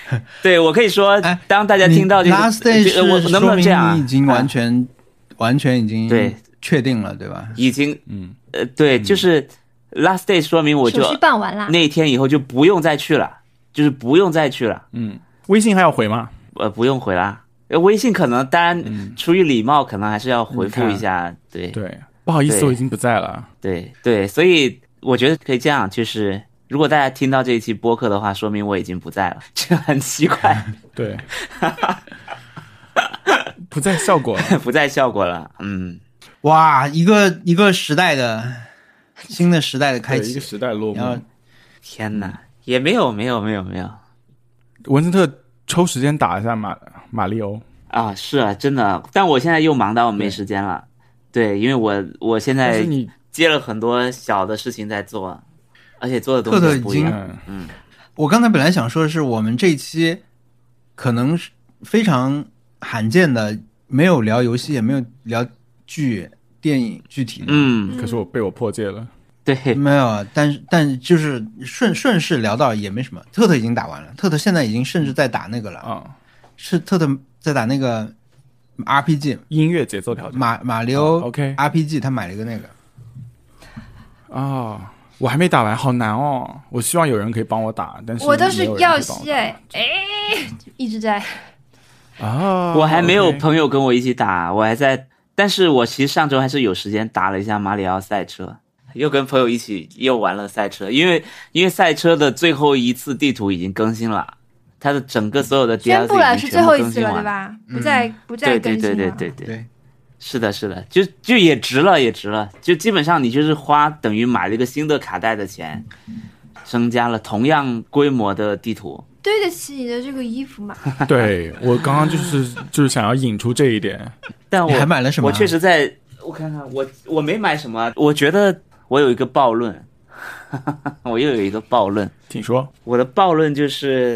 对，我可以说，当大家听到这个 last day 我能不能这样啊？ 你已经完全已经对确定了，对吧？ 已经对，就是 last day 说明我就手续办完了， 那一天以后就不用再去了，就是不用再去了。 微信还要回吗？ 不用回啦。微信可能当然出于礼貌，可能还是要回复一下。对， 不好意思，我已经不在了。 对，所以我觉得可以这样，就是如果大家听到这一期播客的话，说明我已经不在了，这很奇怪。 对，不在效果了， 不在效果了。 哇，一个时代的新的时代的开启， 一个时代落幕。 天哪，也没有。 文森特抽时间打一下马里欧啊，是啊，真的。但我现在又忙到我没时间了。对，因为我现在接了很多小的事情在做，而且做的东西不一样。 我刚才本来想说的是，我们这一期可能是非常罕见的，没有聊游戏，也没有聊剧、电影具体的。 可是被我破戒了。 对， 没有，但就是顺势聊到也没什么。特已经打完了，特现在已经甚至在打那个了啊，是特在打那个 RPG 音乐节奏挑战马里奥 OK RPG， 他买了一个那个啊，我还没打完，好难哦。我希望有人可以帮我打，但是我都是耀西一直在啊， 我还没有朋友跟我一起打，我还在，但是我其实上周还是有时间打了一下马里奥赛车。又跟朋友一起又玩了赛车，因为赛车的最后一次地图已经更新了，它的整个所有的 DLC 宣布了是最后一次了， 对吧？不再更新了。 对，是的，就也值了，就基本上你就是等于买了一个新的卡带的钱，增加了同样规模的地图， 对得起你的这个衣服嘛？ 对，我刚刚就是想要引出这一点， 但我还买了什么？ 我确实我看看，我没买什么，我觉得。我有一个暴论，我又有一个暴论， 请说。 我的暴论就是，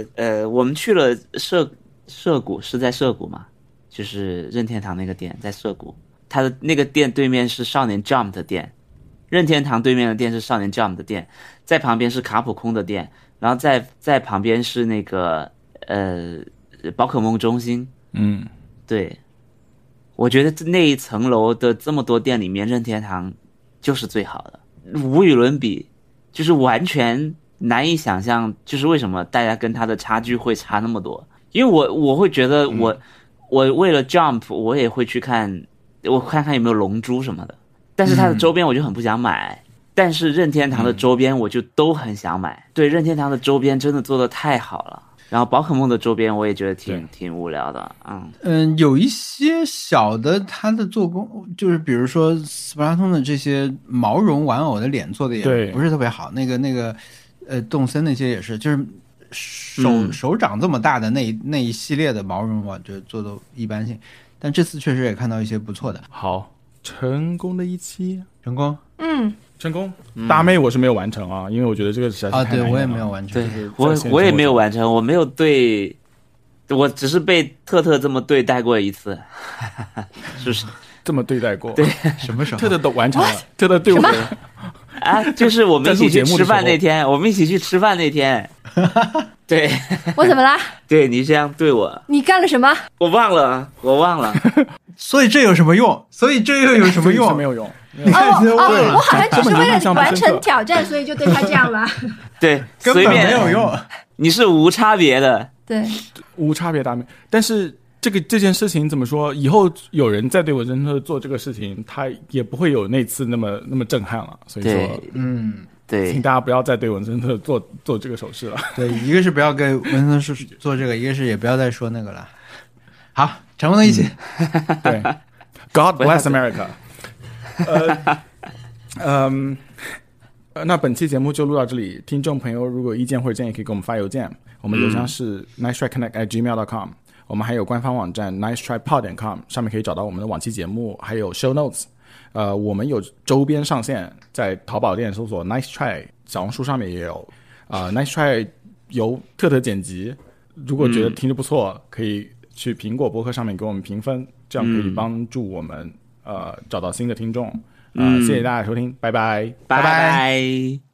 我们去了涩谷，是在涩谷嘛？就是任天堂那个店在涩谷，它的那个店对面是少年 Jump 的店，任天堂对面的店是少年 Jump 的店，在旁边是卡普空的店，然后在旁边是那个宝可梦中心。对，我觉得那一层楼的这么多店里面，任天堂就是最好的。无与伦比，就是完全难以想象，就是为什么大家跟他的差距会差那么多。因为我会觉得我为了 Jump 我也会去看有没有龙珠什么的，但是它的周边我就很不想买，但是任天堂的周边我就都很想买。对，任天堂的周边真的做得太好了，然后宝可梦的周边我也觉得挺无聊的。 有一些小的它的做工，就是比如说斯普拉通的这些毛绒玩偶的脸做的也不是特别好，那个动森那些也是，就是手掌这么大的那一系列的毛绒我觉得做的一般性，但这次确实也看到一些不错的。 好，成功的一期， 成功。 成功。大妹我是没有完成啊，因为我觉得这个实在是太难了。 对，我也没有完成。 对，我也没有完成，我没有对，我只是被特这么对待过一次，是不是？ 这么对待过？ 对， 什么时候？ 特都完成了，特对我啊，就是我们一起去吃饭那天，对， 我怎么啦？ 对你这样对我， 你干了什么？ 我忘了。 所以这有什么用？所以这又有什么用？ 没有用。 我好像只是为了完成挑战，所以就对他这样了。 对， 根本没有用。 你是无差别的， 对， 无差别大妹。但是这件事情怎么说？以后有人再对文森特做这个事情，他也不会有那次那么震撼了。所以说， 对， 请大家不要再对文森特做这个手势了。 对，一个是不要跟文森特做这个，一个是也不要再说那个了。好，成功的一起。 对 ，God bless America。那本期节目就录到这里。听众朋友如果有意见或者建议，可以给我们发邮件，我们邮箱是 nicetriconnect@gmail.com。我们还有官方网站 nicetripod.com， 上面可以找到我们的往期节目，还有 show notes。我们有周边上线，在淘宝店搜索 Nice Try， 小红书上面也有。Nice Try 由特剪辑，如果觉得听着不错，可以去苹果播客上面给我们评分，这样可以帮助我们找到新的听众。谢谢大家收听，拜拜， 拜拜。